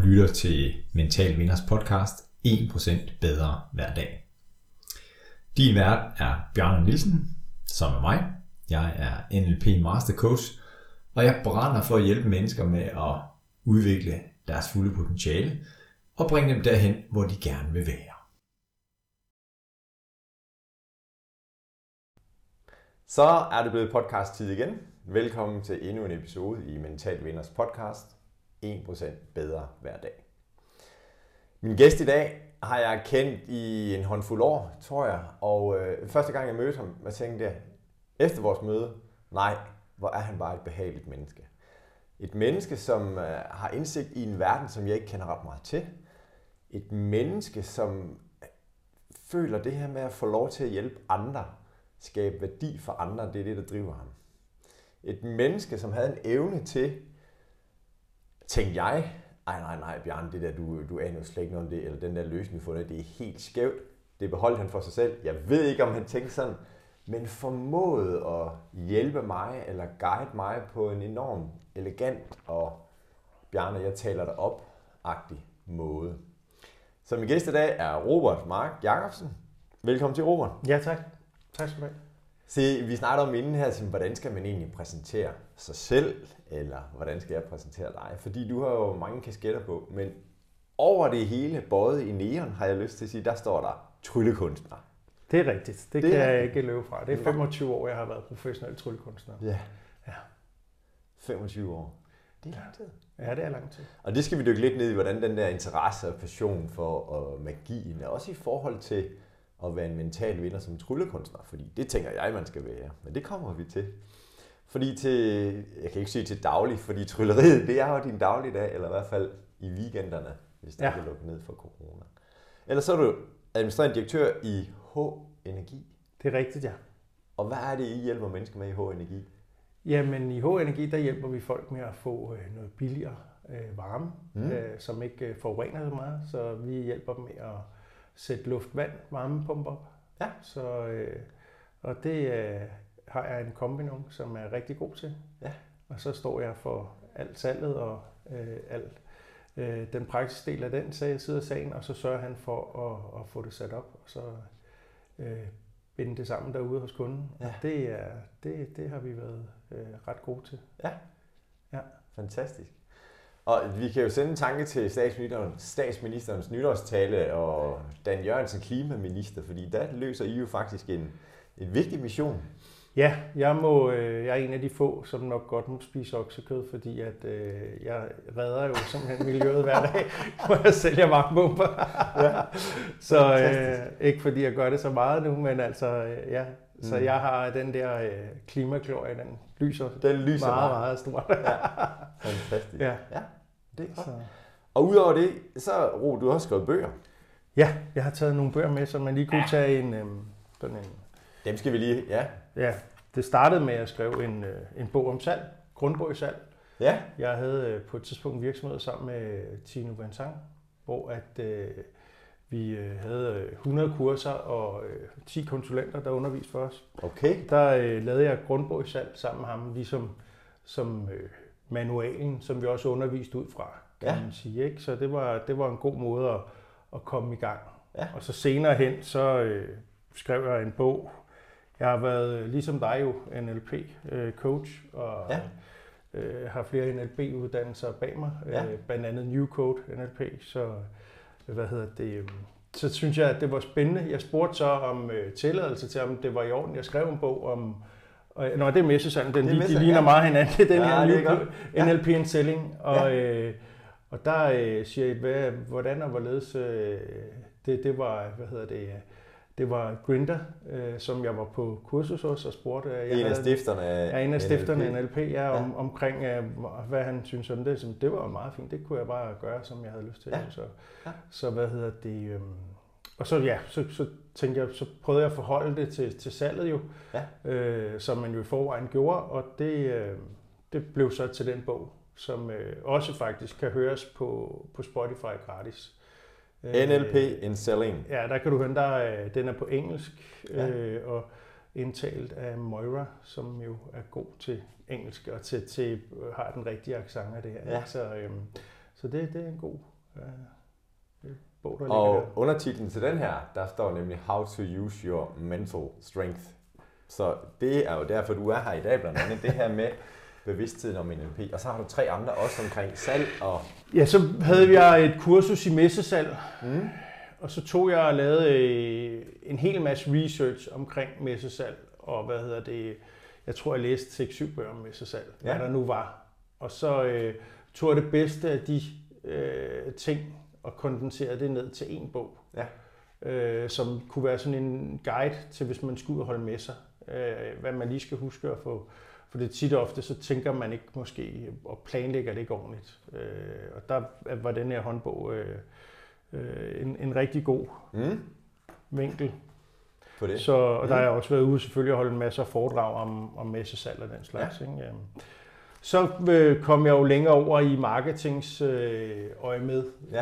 lytter til Mental Vinders podcast 1% bedre hver dag. Din vært er Bjarne Nielsen, som er mig. Jeg er NLP Master Coach, og jeg brænder for at hjælpe mennesker med at udvikle deres fulde potentiale og bringe dem derhen, hvor de gerne vil være. Så er det blevet podcast-tid igen. Velkommen til endnu en episode i Mental Vinders podcast 1% bedre hver dag. Min gæst i dag har jeg kendt i en håndfuld år, tror jeg. Og første gang jeg mødte ham, jeg tænkte efter vores møde, nej, hvor er han bare et behageligt menneske. Et menneske, som har indsigt i en verden, som jeg ikke kender ret meget til. Et menneske, som føler det her med at få lov til at hjælpe andre, skabe værdi for andre, det er det, der driver ham. Et menneske, som havde en evne til, tænkte jeg, nej, Bjarne, det der, du aner jo slet ikke noget om det, eller den der løsning for det er helt skævt. Det beholdt han for sig selv. Jeg ved ikke, om han tænkte sådan, men formåede at hjælpe mig, eller guide mig på en enorm elegant og, Bjarne, jeg taler dig op-agtig måde. Så min gæst i dag er Robert Mark Jacobsen. Velkommen til, Robert. Ja, tak. Tak skal du have. Se, vi snakker om inden her, hvordan skal man egentlig præsentere sig selv, eller hvordan skal jeg præsentere dig? Fordi du har jo mange kasketter på, men over det hele, både i neon, har jeg lyst til at sige, der står der tryllekunstner. Det er rigtigt. Det kan jeg ikke løbe fra. Det er 25 år, jeg har været professionel tryllekunstner. Ja. 25 år. Det er lang tid. Ja, det er lang tid. Og det skal vi dykke lidt ned i, hvordan den der interesse og passion for magien, er også i forhold til at være en mental vinder som tryllekunstner, fordi det tænker jeg, man skal være, men det kommer vi til. Fordi jeg kan ikke sige til daglig, fordi trylleriet, det er jo din dagligdag, eller i hvert fald i weekenderne, hvis der er lukket ned for corona. Ellers så er du administrerende direktør i H-Energi. Det er rigtigt, ja. Og hvad er det, I hjælper mennesker med i H-Energi? Jamen i H-Energi, der hjælper vi folk med at få noget billigere varme, som ikke forurener så meget, så vi hjælper dem med at sætte luft-vand varmepumper op. Ja. Så, og det har jeg en kombinum, som er rigtig god til. Ja. Og så står jeg for alt salget og alt den praktiske del af den side af sagen, og så sørger han for at få det sat op, og så binde det sammen derude hos kunden. Ja. Det har vi været ret gode til. Ja. Fantastisk. Og vi kan jo sende en tanke til statsministerens nytårstale og Dan Jørgensen, klimaminister, fordi der løser I jo faktisk en vigtig mission. Ja, jeg er en af de få, som nok godt må spise oksekød, fordi at, jeg redder jo simpelthen miljøet hver dag, hvor jeg sælger varmepumper. Ja. Så ikke fordi jeg gør det så meget nu, men altså så jeg har den der klimaklorie, den lyser meget stort. Ja. Fantastisk. Ja. Det er godt. Og udover det, så Ro, du har også skrevet bøger. Ja, jeg har taget nogle bøger med, så man lige kunne tage sådan en. Dem skal vi lige, Ja, det startede med at skrive en bog om salg, grundbog i salg. Ja. Jeg havde på et tidspunkt virksomhed sammen med Tino Vincent, hvor at vi havde 100 kurser og 10 konsulenter, der underviste for os. Okay. Der lavede jeg grundbog i salg sammen med ham, ligesom som manualen, som vi også underviste ud fra, kan man sige. Ikke? Så det var en god måde at komme i gang. Ja. Og så senere hen, så skrev jeg en bog. Jeg har været, ligesom dig jo, NLP-coach, og har flere NLP-uddannelser bag mig, blandt andet New Code NLP. Så, så synes jeg, at det var spændende. Jeg spurgte så om tilladelse til, om det var i orden. Jeg skrev en bog om, det er Messesalg, de ligner meget hinanden. Det er den her NLP and Selling, og der siger jeg, hvordan og hvorledes det var, det var Grindr, som jeg var på kursus hos og spurgte. En af stifterne af NLP, omkring, hvad han synes om det. Det var meget fint, det kunne jeg bare gøre, som jeg havde lyst til. Så og så tænkte jeg, så prøvede jeg at forholde det til salget jo, som man jo i forvejen gjorde, og det blev så til den bog, som også faktisk kan høres på Spotify gratis. NLP in Selling. Ja, der kan du høre, den er på engelsk og indtalt af Moira, som jo er god til engelsk og til har den rigtige accent af det her. Ja. Så det er en bog, der og ligger der. undertitlen til den her, der står nemlig How to use your mental strength. Så det er jo derfor, du er her i dag, blandt andet det her med bevidstheden om NLP. Og så har du 3 andre også omkring salg og... Ja, så havde jeg et kursus i messesalg, og så tog jeg og lavede en hel masse research omkring messesalg, og jeg tror jeg læste 6-7 bøger om messesalg, hvad der nu var. Og så tog jeg det bedste af de ting og kondenserede det ned til en bog, som kunne være sådan en guide til, hvis man skal ud og holde messer, hvad man lige skal huske at få. For det tit og ofte, så tænker man ikke måske, og planlægger det ikke ordentligt. Og der var den her håndbog en rigtig god vinkel. På det. Og der har jeg også været ude selvfølgelig at holde en masse foredrag om messesalg og den slags. Ikke? Så kom jeg jo længere over i marketings øje med,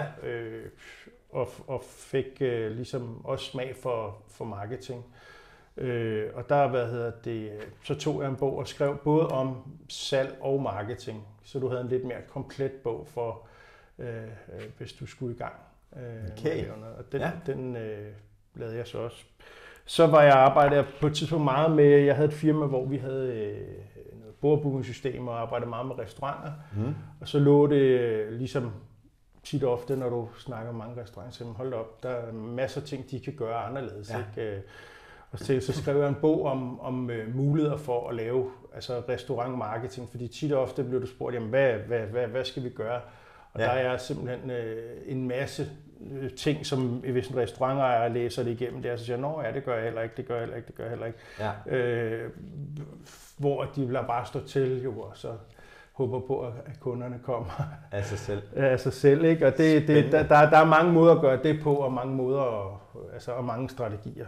og fik ligesom også smag for marketing. Og der, så tog jeg en bog og skrev både om salg og marketing, så du havde en lidt mere komplet bog for, hvis du skulle i gang. Okay. Og den lavede jeg så også. Så var jeg arbejdet på et tidspunkt meget med, jeg havde et firma, hvor vi havde noget bordbookingsystem og arbejdede meget med restauranter. Og så lå det ligesom tit og ofte, når du snakker om mange restauranter, så hold op, der er masser af ting, de kan gøre anderledes. Ikke? Og så skrev jeg en bog om muligheder for at lave restaurantmarketing, fordi tit og ofte blev du spurgt, jamen, hvad skal vi gøre? Og der er simpelthen en masse ting, som hvis en restaurantejer læser det igennem der, så siger jeg, det gør jeg heller ikke, det gør jeg heller ikke. Ja. Hvor de vil bare stå til, jo, og så håber på, at kunderne kommer af sig selv. Af sig selv, ikke? Og der er mange måder at gøre det på, og mange måder, og mange strategier.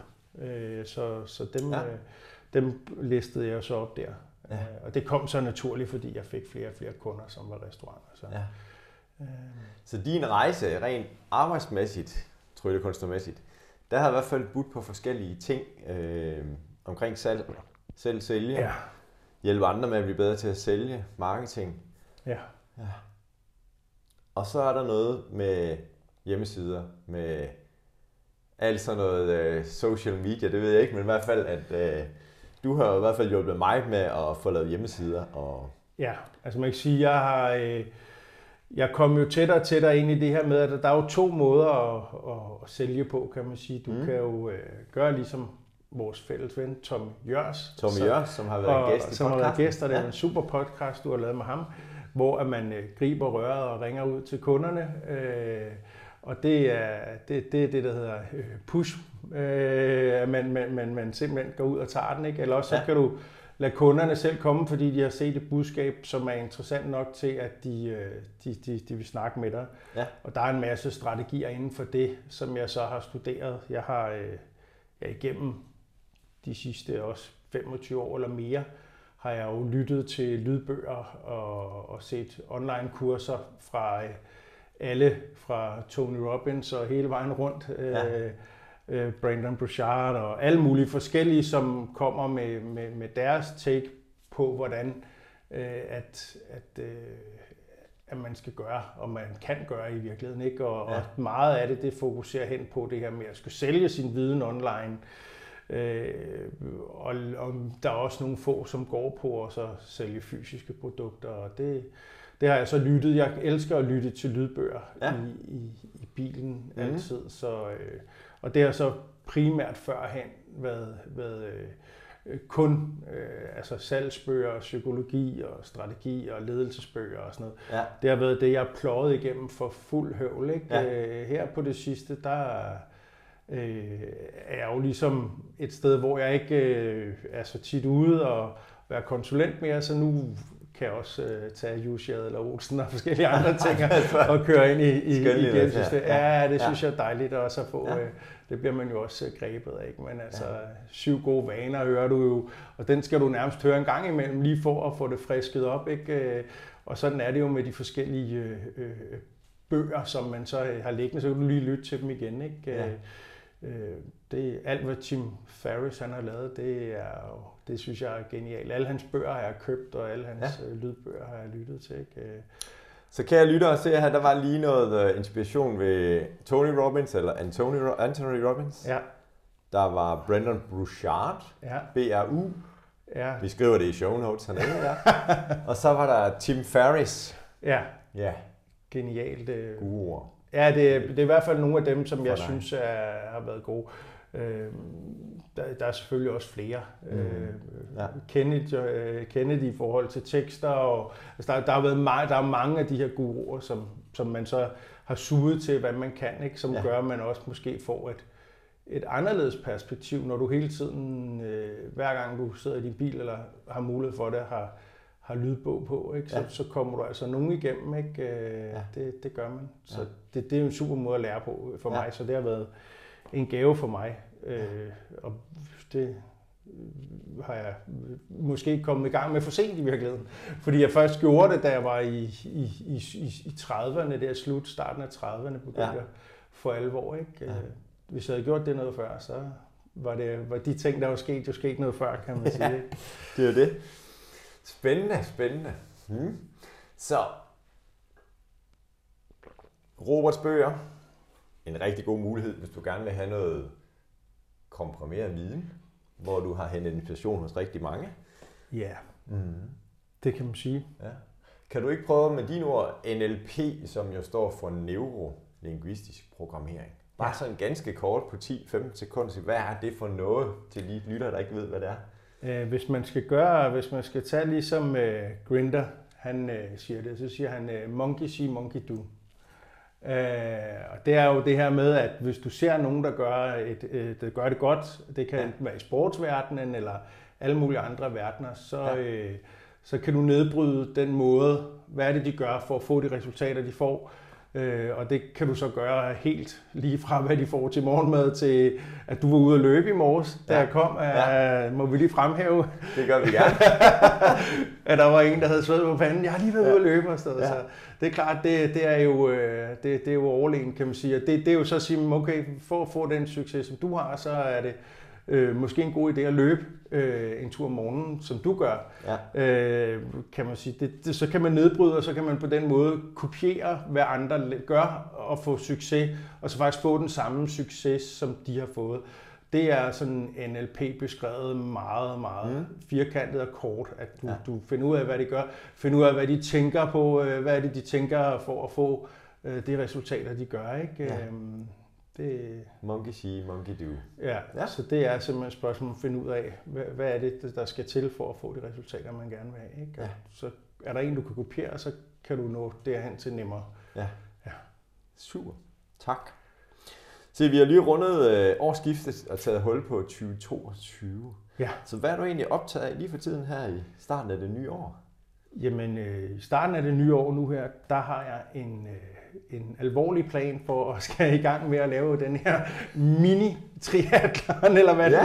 Så dem listede jeg så op der. Ja. Og det kom så naturligt, fordi jeg fik flere og flere kunder, som var restauranter. Så. Ja. Så din rejse rent arbejdsmæssigt, tryllekunstnermæssigt, der har i hvert fald budt på forskellige ting omkring salg, selv sælge, hjælpe andre med at blive bedre til at sælge, marketing. Ja. Og så er der noget med hjemmesider, med alt sådan noget social media, det ved jeg ikke, men i hvert fald, at du har i hvert fald hjulpet mig med at få lavet hjemmesider. Og... Ja, altså man kan sige, jeg kom jo tættere og tættere ind i det her med, at der er jo 2 måder at sælge på, kan man sige. Du kan jo gøre ligesom vores fælles ven, Tom Jørs. Som har været gæst i podcasten. Som har været gæst, og det er en super podcast, du har lavet med ham, hvor at man griber røret og ringer ud til kunderne. Og det er det, der hedder push. Man simpelthen går ud og tager den, ikke? Eller også så kan du lade kunderne selv komme, fordi de har set et budskab, som er interessant nok til, at de vil snakke med dig. Ja. Og der er en masse strategier inden for det, som jeg så har studeret. Jeg har igennem de sidste også 25 år eller mere, har jeg jo lyttet til lydbøger og set online kurser fra alle, fra Tony Robbins og hele vejen rundt. Brendon Burchard og alle mulige forskellige, som kommer med deres take på, hvordan at man skal gøre, og man kan gøre i virkeligheden. Ikke? Og meget af det fokuserer hen på det her med at skulle sælge sin viden online. Og der er også nogle få, som går på at så sælge fysiske produkter, og det har jeg så lyttet. Jeg elsker at lytte til lydbøger i bilen altid. Og det har så primært førhen været kun salgsbøger, psykologi og strategi og ledelsesbøger og sådan noget. Ja. Det har været det, jeg har pløjet igennem for fuld høvl. Ikke? Ja. Her på det sidste, der er jeg jo ligesom et sted, hvor jeg ikke er så tit ude og være konsulent mere, så nu kan jeg også tage Jusjad eller Olsen og forskellige andre ting og køre ind i gennemsystemet. Ja, det synes jeg er dejligt også at få. Det bliver man jo også grebet af, ikke? Men altså 7 gode vaner hører du jo, og den skal du nærmest høre en gang imellem, lige for at få det frisket op, ikke? Og sådan er det jo med de forskellige bøger, som man så har liggende, så kan du lige lytte til dem igen, ikke? Det alt, hvad Tim Ferriss han har lavet, det synes jeg er genialt. Alle hans bøger har jeg købt, og alle hans lydbøger har jeg lyttet til, ikke? Så kære lyttere og se her, der var lige noget inspiration ved Tony Robbins, eller Anthony Robbins. Ja. Der var Brendon Burchard, Ja. BRU. Ja. Vi skriver det i show notes hernede, ja. Og så var der Tim Ferriss. Ja. Ja. Genialt. Guruer. Ja, det er i hvert fald nogle af dem, som jeg synes har været gode. Der er selvfølgelig også flere. Ja. Kennedy i forhold til tekster. Og, altså der er mange af de her guruer, som man så har suget til, hvad man kan, ikke? Som gør, at man også måske får et anderledes perspektiv, når du hele tiden, hver gang du sidder i din bil eller har mulighed for det, har lydbog på, ikke? Så kommer du altså nogen igennem, ikke? Det gør man. Så det er jo en super måde at lære på for mig, så det har været en gave for mig. Og det har jeg måske kommet i gang med for sent i virkeligheden. Fordi jeg først gjorde det, da jeg var i 30'erne, der starten af 30'erne, begyndte jeg for alvor, ikke? Hvis jeg havde gjort det noget før, så var de ting, der var sket noget før, kan man sige. Ikke? Det er jo det. Spændende. Så, Roberts bøger. En rigtig god mulighed, hvis du gerne vil have noget komprimeret viden, hvor du har hentet inspiration hos rigtig mange. Ja, det kan man sige. Ja. Kan du ikke prøve med dine ord NLP, som jo står for neurolingvistisk programmering? Bare sådan ganske kort på 10-15 sekunder, hvad er det for noget til de lyttere, der ikke ved, hvad det er? Hvis man skal tage ligesom Grinder, han siger det, så siger han monkey see, monkey do. Og det er jo det her med, at hvis du ser nogen, der gør det godt, det kan være i sportsverdenen eller alle mulige andre verdener, så kan du nedbryde den måde, hvad er det, de gør for at få de resultater, de får. Og det kan du så gøre helt lige fra, hvad de får til morgenmad, til at du var ude at løbe i morges, da jeg kom. Må vi lige fremhæve? Det gør vi gerne. At der var en, der havde sved på panden. Jeg har lige været ude at løbe og sådan. Så det er klart, det er jo overlegen, kan man sige. Og det er jo så at sige, okay, for at få den succes, som du har, så er det måske en god idé at løbe en tur om morgenen, som du gør, kan man sige. Så kan man nedbryde, og så kan man på den måde kopiere, hvad andre gør, og få succes, og så faktisk få den samme succes, som de har fået. Det er sådan NLP beskrevet meget, meget firkantet og kort, at du finder ud af, hvad de gør, finder ud af, hvad de tænker på, hvad er det, de tænker for at få de resultater, de gør, ikke? Monkey see, monkey do. Ja, så det er simpelthen et spørgsmål at finde ud af, hvad er det, der skal til for at få de resultater, man gerne vil have. Ikke? Så er der en, du kan kopiere, så kan du nå derhen til nemmere. Ja. Super. Tak. Så vi har lige rundet årsskiftet og taget hul på 2022. Ja. Så hvad er du egentlig optaget af lige for tiden her i starten af det nye år? Jamen, i starten af det nye år nu her, der har jeg en alvorlig plan for at skal i gang med at lave den her mini-triathlon, eller hvad det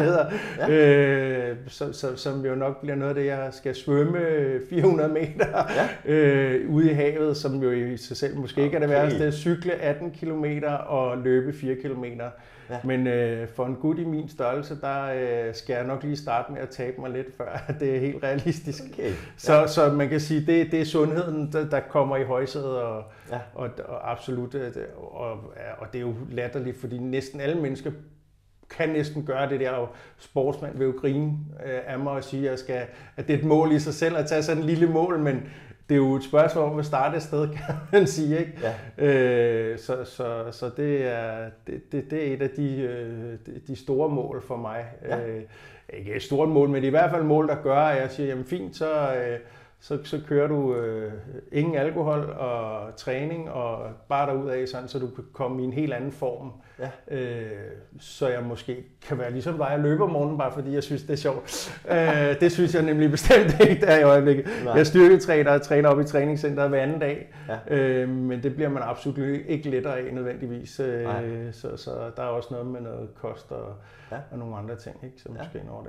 hedder, som jo nok bliver noget af det, jeg skal svømme 400 meter ude i havet, som jo i sig selv måske ikke er det værste, cykle 18 kilometer og løbe 4 kilometer. Ja. Men for en gut i min størrelse, der skal jeg nok lige starte med at tabe mig lidt, før det er helt realistisk. Okay. Så man kan sige, det er sundheden, der kommer i højsædet, og absolut, og det er jo latterligt, fordi næsten alle mennesker kan næsten gøre det der, og sportsmand vil jo grine af mig og sige, at det er et mål i sig selv at tage sådan en lille mål, men det er jo et spørgsmål om at starte et sted, kan man sige, ikke? Ja. Så det er et af de store mål for mig. Ja. Ikke et stort mål, men i hvert fald mål, der gør, at jeg siger, jamen fint, så kører du ingen alkohol og træning, og bare derudad, sådan, så du kan komme i en helt anden form. Ja. Så jeg måske kan være ligesom dig og løbe om morgenen, bare fordi jeg synes, det er sjovt. Det synes jeg nemlig bestemt ikke der i øjeblikket. Nej. Jeg styrketræner og træner op i træningscenteret hver anden dag, men det bliver man absolut ikke lettere af nødvendigvis. Så der er også noget med noget kost og nogle andre ting, ikke, som måske når der.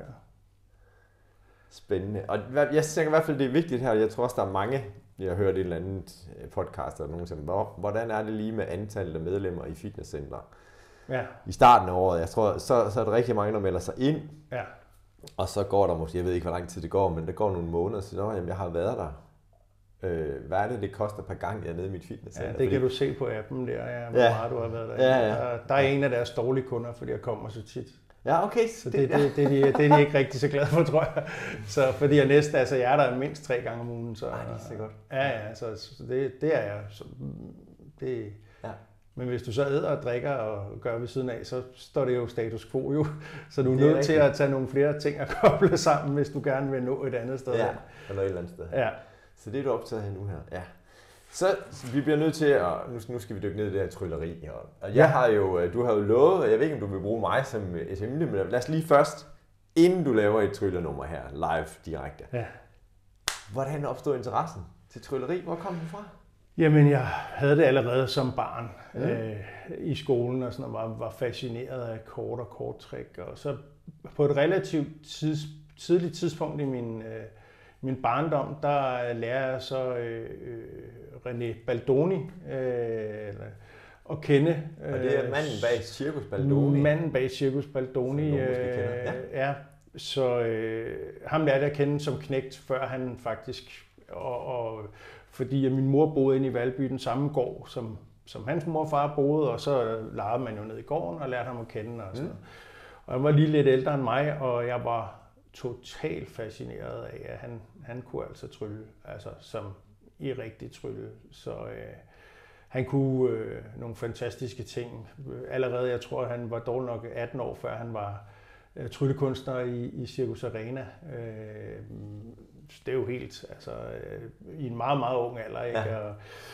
Spændende. Og jeg tænker i hvert fald, det er vigtigt her. Jeg tror også, der er mange, jeg har hørt et eller andet podcast eller nogen, hvordan er det lige med antallet af medlemmer i fitnesscenter? Ja. I starten af året, jeg tror, så er der rigtig mange, der melder sig ind. Ja. Og så går der måske, jeg ved ikke, hvor lang tid det går, men der går nogle måneder, så jamen, jeg har været der hvad er det koster per gang, jeg er nede i mit fitnesscenter? Ja, det kan du se på appen der, hvor meget du har været der. Der er en af deres dårlige kunder, fordi jeg kommer så tit. Ja, okay. Så det er de ikke rigtig så glade for, tror jeg. Så fordi jeg jeg er der mindst 3 gange om ugen. Så, det er så godt. Ja, så det er jeg. Så, Men hvis du så æder og drikker og gør ved siden af, så står det jo status quo jo. Så du er nødt til at tage nogle flere ting og koble sammen, hvis du gerne vil nå et andet sted. Ja, eller et eller andet sted. Ja. Så det er du optaget af nu her. Ja. Så vi bliver nødt til at, nu skal vi dykke ned i det her trylleri. Og du har jo lovet, jeg ved ikke, om du vil bruge mig som et emne, men lad os lige først, inden du laver et tryllenummer her, live direkte. Ja. Hvordan opstod interessen til trylleri? Hvor kom den fra? Jamen, jeg havde det allerede som barn i skolen, og sådan, og var fascineret af korttrik. Og så på et relativt tidligt tidspunkt i min barndom, der lærer jeg så René Baldoni at kende. Og det er manden bag Cirkus Baldoni? Manden bag Cirkus Baldoni, ja. Så ham lærte jeg at kende som knægt, før han faktisk... Fordi min mor boede inde i Valby, den samme gård, som hans mor og far boede, og så legede man jo ned i gården og lærte ham at kende. Og sådan noget. Og han var lige lidt ældre end mig, og jeg var totalt fascineret af, at han kunne altså trylle, altså som i rigtig trylle. Så han kunne nogle fantastiske ting. Allerede, jeg tror, han var dårlig nok 18 år, før han var tryllekunstner i Cirkus Arena. Det er jo helt, altså i en meget, meget ung alder, ikke? Ja.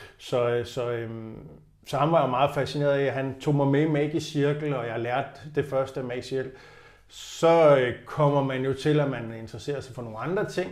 Så han var jo meget fascineret af, han tog mig med i Magisk Cirkel, og jeg lærte det første af Magisk Cirkel. Så kommer man jo til, at man interesserer sig for nogle andre ting,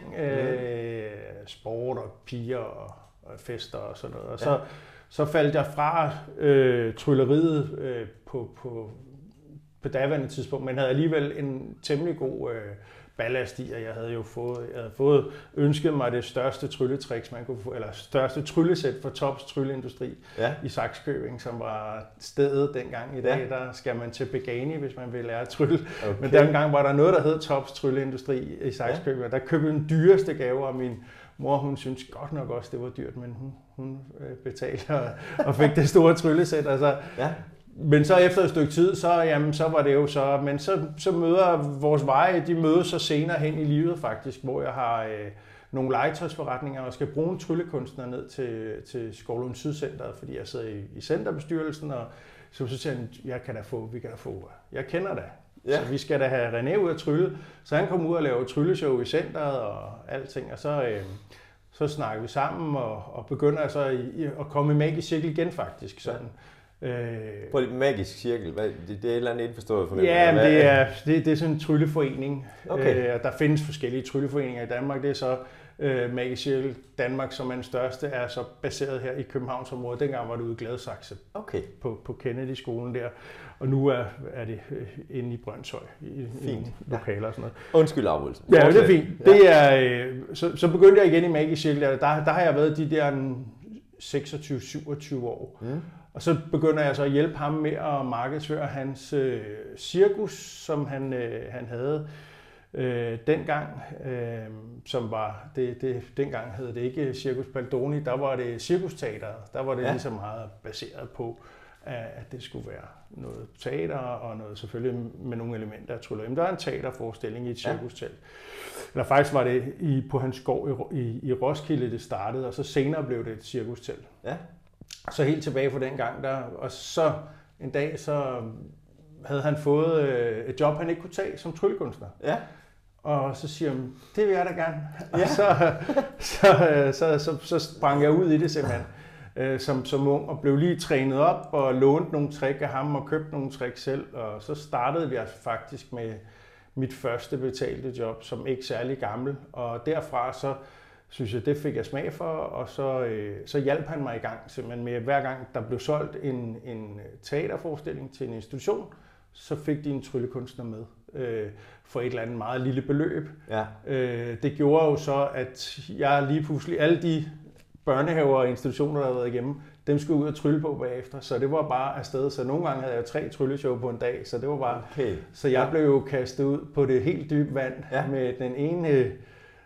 sport og piger og fester og sådan noget. Og så faldt jeg fra trylleriet på daværende tidspunkt, men havde alligevel en temmelig god ballast i, og jeg havde fået ønsket mig det største trylletricks, man kunne få, eller største tryllesæt for Tops Trylleindustri i Sakskøbing, som var stedet dengang. I dag, der skal man til Begani, hvis man vil lære at trylle. Okay. Men dengang var der noget, der hed Tops Trylleindustri i Sakskøbing, og der købte den dyreste gave, og min mor, hun synes godt nok også, det var dyrt, men hun betalte og fik det store tryllesæt. Altså, men så efter et stykke tid, så var det jo så, men så møder vores veje, de mødes så senere hen i livet faktisk, hvor jeg har nogle legetøjsforretninger og skal bruge en tryllekunstner ned til Skovlund Sydcenteret, fordi jeg sidder i centerbestyrelsen, og så siger han, vi kan da få, jeg kender dig. Ja. Så vi skal da have René ud at trylle. Så han kom ud og lavede trylleshow i centeret og alting, og så snakker vi sammen og begynder så at komme i Magisk Cirkel igen faktisk. Sådan. På det Magisk Cirkel, det er et eller andet indforstået for dem? Ja, det er sådan en trylleforening. Okay. Der findes forskellige trylleforeninger i Danmark. Det er så Magisk Cirkel Danmark, som er den største, er så baseret her i Københavnsområdet. Dengang var det ude i Gladsaxe på Kennedy-skolen der. Og nu er det inde i Brønshøj, i lokaler og sådan noget. Undskyld afbrydelsen. Ja, det er fint. Det er, så begyndte jeg igen i Magisk Cirkel. Der har jeg været de der 26-27 år. Og så begynder jeg så at hjælpe ham med at markedsføre hans cirkus, som han havde dengang, som var dengang hed det ikke Cirkus Baldoni, der var det Cirkusteateret. Der var det ligesom meget baseret på, at det skulle være noget teater og noget selvfølgelig med nogle elementer af trylleri. Men der var en teaterforestilling i et cirkustelt. Eller faktisk var det på hans gård i Roskilde, det startede, og så senere blev det et cirkustelt. Ja. Så helt tilbage fra den gang der, og så en dag så havde han fået et job, han ikke kunne tage som tryllekunstner. Ja. Og så siger han, det vil jeg da gerne. Ja. Og så sprang jeg ud i det simpelthen, som ung, og blev lige trænet op og lånte nogle trick af ham og købte nogle trick selv. Og så startede vi faktisk med mit første betalte job, som ikke særlig gammel. Og derfra så synes jeg, det fik jeg smag for, og så hjalp han mig i gang simpelthen med, hver gang der blev solgt en teaterforestilling til en institution, så fik de en tryllekunstner med for et eller andet meget lille beløb. Ja. Det gjorde jo så, at jeg lige pludselig, alle de børnehaver og institutioner, der havde været igennem, dem skulle ud og trylle på bagefter, så det var bare afsted. Så nogle gange havde jeg 3 trylleshow på en dag, så det var bare... Okay. Så jeg blev jo kastet ud på det helt dybe vand med den ene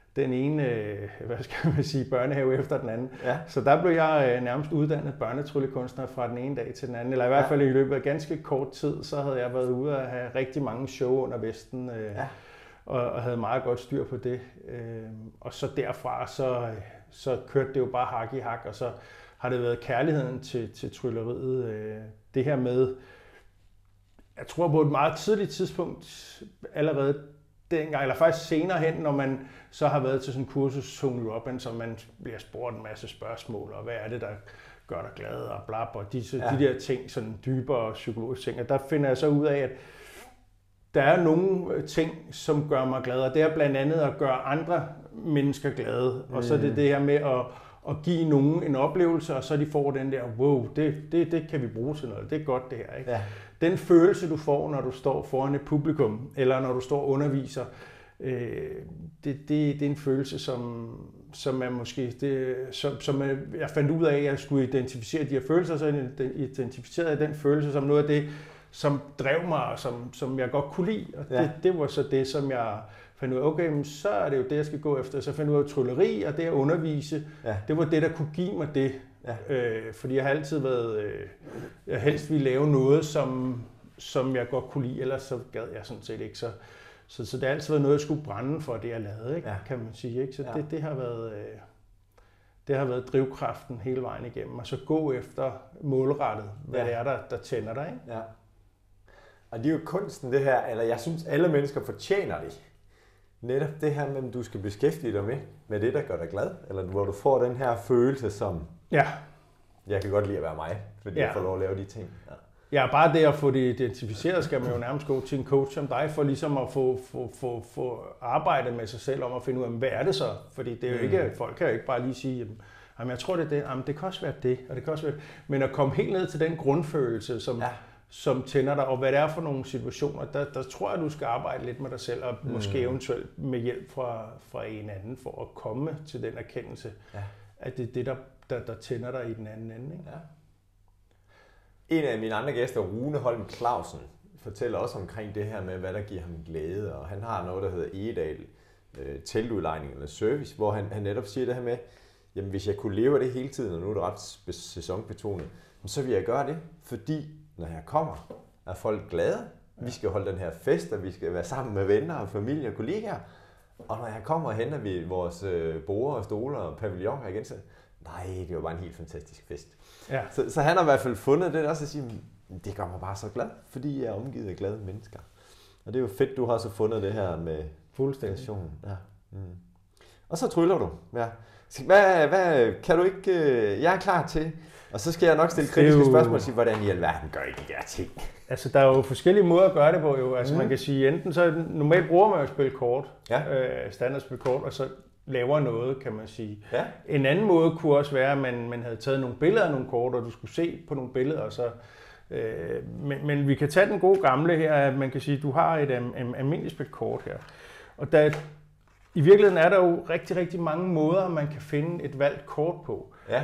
den ene, hvad skal man sige, børnehave efter den anden. Ja. Så der blev jeg nærmest uddannet børnetryllekunstner fra den ene dag til den anden. Eller i hvert fald i løbet af ganske kort tid, så havde jeg været ude og have rigtig mange show under Vesten. Og havde meget godt styr på det. Og så derfra, så kørte det jo bare hak i hak, og så har det været kærligheden til trylleriet. Det her med, jeg tror på et meget tidligt tidspunkt, allerede dengang, eller faktisk senere hen, når man så har været til sådan en kursus, Tony Robbins, så man bliver spurgt en masse spørgsmål, og hvad er det, der gør dig glad, og blab, og de der ting, sådan dybere psykologiske ting. Og der finder jeg så ud af, at der er nogle ting, som gør mig glad, og det er blandt andet at gøre andre mennesker glade. Og så er det her med at give nogen en oplevelse, og så de får den der, wow, det kan vi bruge til noget, det er godt det her. Ikke? Ja. Den følelse, du får, når du står foran et publikum, eller når du står og underviser, det er en følelse, som er måske, som jeg fandt ud af, at jeg skulle identificere de her følelser, så jeg identificerede den følelse som noget af det, som drev mig, og som jeg godt kunne lide. Og det var så det, som jeg fandt ud af, okay, men så er det jo det, jeg skal gå efter. Så fandt jeg ud af trylleri, og det at undervise, det var det, der kunne give mig det. Ja. Fordi jeg har altid været, jeg helst ville lave noget, som jeg godt kunne lide, ellers så gad jeg sådan set ikke. Så det har altid været noget, jeg skulle brænde for, det jeg lavede, ikke? Kan man sige. Ikke? Så det har været drivkraften hele vejen igennem, og så gå efter målrettet, hvad det er, der tænder dig. Ikke? Ja. Og det er jo kunsten det her, eller jeg synes, alle mennesker fortjener det. Netop det her med, at du skal beskæftige dig med det, der gør dig glad, eller hvor du får den her følelse, som jeg kan godt lide at være mig, fordi jeg får lov at lave de ting. Ja, bare det at få det identificeret, skal man jo nærmest gå til en coach som dig, for ligesom at få arbejdet med sig selv om at finde ud af, hvad er det så? Fordi det er jo ikke, folk kan jo ikke bare lige sige, jamen jeg tror det er det, jamen det kan også være det, og det kan også være det. Men at komme helt ned til den grundfølelse, som tænder dig, og hvad det er for nogle situationer, der tror jeg, du skal arbejde lidt med dig selv, og måske eventuelt med hjælp fra en anden, for at komme til den erkendelse, at det er det, der tænder dig i den anden ende. Ikke? Ja. En af mine andre gæster, Rune Holm Clausen, fortæller også omkring det her med, hvad der giver ham glæde, og han har noget, der hedder Egedal teltudlejning eller service, hvor han netop siger det her med, jamen hvis jeg kunne leve af det hele tiden, og nu er det ret sæsonbetonet, så vil jeg gøre det, fordi når jeg kommer, er folk glade. Vi skal holde den her fest, og vi skal være sammen med venner og familie og kollegaer. Og når jeg kommer, henter vi vores borde og stoler og pavilloner igen, så nej, det var bare en helt fantastisk fest. Ja. Så han har i hvert fald fundet det også at sige, det gør mig bare så glad, fordi jeg er omgivet af glade mennesker. Og det er jo fedt, du har så fundet det her med fuldstændig. Ja. Og så tryller du. Ja. Hvad kan du ikke... Jeg er klar til... Og så skal jeg nok stille kritiske spørgsmål og sige, hvordan i alverden gør I de der ting? Altså, der er jo forskellige måder at gøre det på, jo. Altså, man kan sige, enten så normalt bruger man jo at spille kort, standardspil kort, og så laver noget, kan man sige. Ja. En anden måde kunne også være, at man havde taget nogle billeder af nogle kort, og du skulle se på nogle billeder, og så... Men vi kan tage den gode gamle her, at man kan sige, at du har et almindeligt spil kort her. Og i virkeligheden er der jo rigtig, rigtig mange måder, man kan finde et valgt kort på. Ja.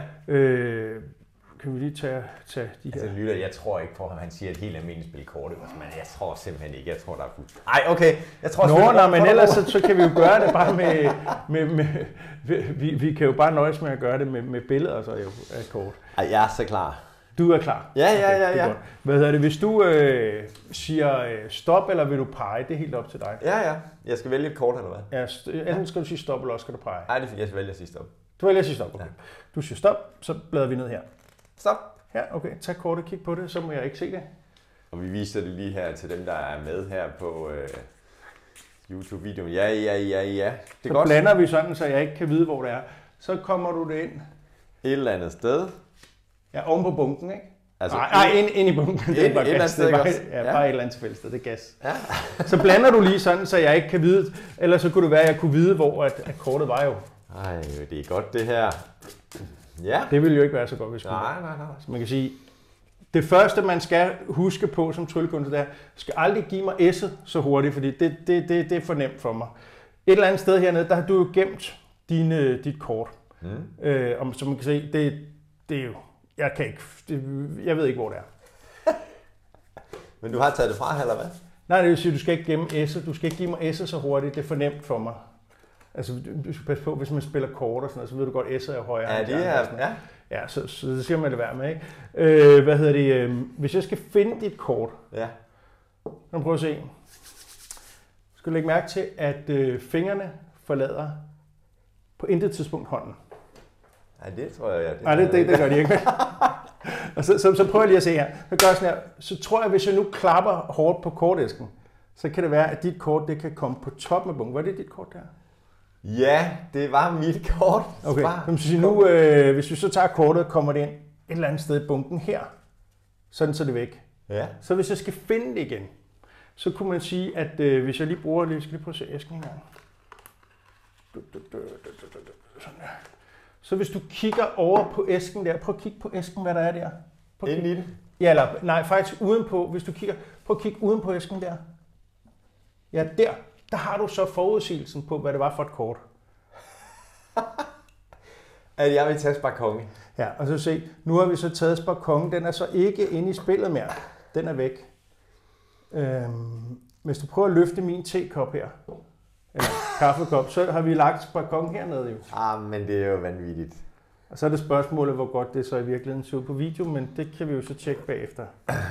Kan vi lige tage de her? Altså lytter, jeg tror ikke på, at han siger et helt almindeligt spil kort, men jeg tror simpelthen ikke. Jeg tror, der er fuldt. Ej, okay. Jeg tror men ellers så kan vi jo gøre det bare med vi kan jo bare nøjes med at gøre det med billeder så jo af kort. Ej, jeg er så klar. Du er klar? Ja. Hvad hedder det? Hvis du siger stop, eller vil du pege? Det er helt op til dig. Ja. Jeg skal vælge et kort, eller hvad? Ja, enten skal du sige stop, eller også skal du pege. Nej, jeg skal vælge at sige stop. Du vælger at sige stop, okay. Ja. Du siger stop, så bladrer vi ned her. Stop. Ja, okay. Tag kortet og kig på det, så må jeg ikke se det. Og vi viser det lige her til dem, der er med her på YouTube-videoen. Ja. Det er så godt. Blander vi sådan, så jeg ikke kan vide, hvor det er. Så kommer du det ind. Et eller andet sted. Ja, oven på bunken, ikke? Altså, ind i bunken. Det er bare gas. Det er bare et eller andet tilfælde sted. Det er gas. Ja. Så blander du lige sådan, så jeg ikke kan vide. Ellers så kunne det være, at jeg kunne vide, hvor at kortet var jo. Ej, det er godt det her. Ja. Det ville jo ikke være så godt, hvis vi Nej. Så man kan sige, det første, man skal huske på som tryllekunstner, det er, skal aldrig give mig S'et så hurtigt, fordi det er for nemt for mig. Et eller andet sted hernede, der har du jo gemt dit kort. Og som man kan se, det er jo, jeg ved ikke, hvor det er. Men du har taget det fra, eller hvad? Nej, det vil sige, du skal ikke gemme S'et. Du skal ikke give mig S'et så hurtigt, det er for nemt for mig. Altså, du skal passe på, hvis man spiller kort og sådan noget, så ved du godt, S'et er højere. Ja, det er... Ja. Ja, så det skal man det være med, ikke? Hvis jeg skal finde dit kort, ja. kan du prøve at se. Skal du lægge mærke til, at fingrene forlader på intet tidspunkt hånden. Ja, det tror jeg. Nej, det gør de ikke. Og så prøver jeg lige at se her. Så gør jeg sådan her. Så tror jeg, hvis jeg nu klapper hårdt på kortæsken, så kan det være, at dit kort det kan komme på toppen af bunken. Var det dit kort der? Ja, det var mit kort. Okay, så nu, hvis vi så tager kortet, kommer det ind et eller andet sted i bunken her. Sådan så det er væk. Ja. Så hvis jeg skal finde det igen, så kunne man sige, at hvis jeg lige bruger det, skal lige prøve at se æsken en gang. Sådan der. Så hvis du kigger over på æsken der, prøv at kigge på æsken, hvad der er der. Inde i den? Ja, eller nej, faktisk udenpå. Hvis du kigger, prøv at kigge uden på æsken der. Ja, der har du så forudsigelsen på, hvad det var for et kort. At jeg vil tage Spar-Konge. Ja, og så se, nu har vi så taget Spar-Konge. Den er så ikke inde i spillet mere. Den er væk. Hvis du prøver at løfte min tekop her, eller kaffekop, så har vi lagt Spar-Konge hernede jo. Men det er jo vanvittigt. Og så er det spørgsmålet, hvor godt det så i virkeligheden ser ud på video, men det kan vi jo så tjekke bagefter.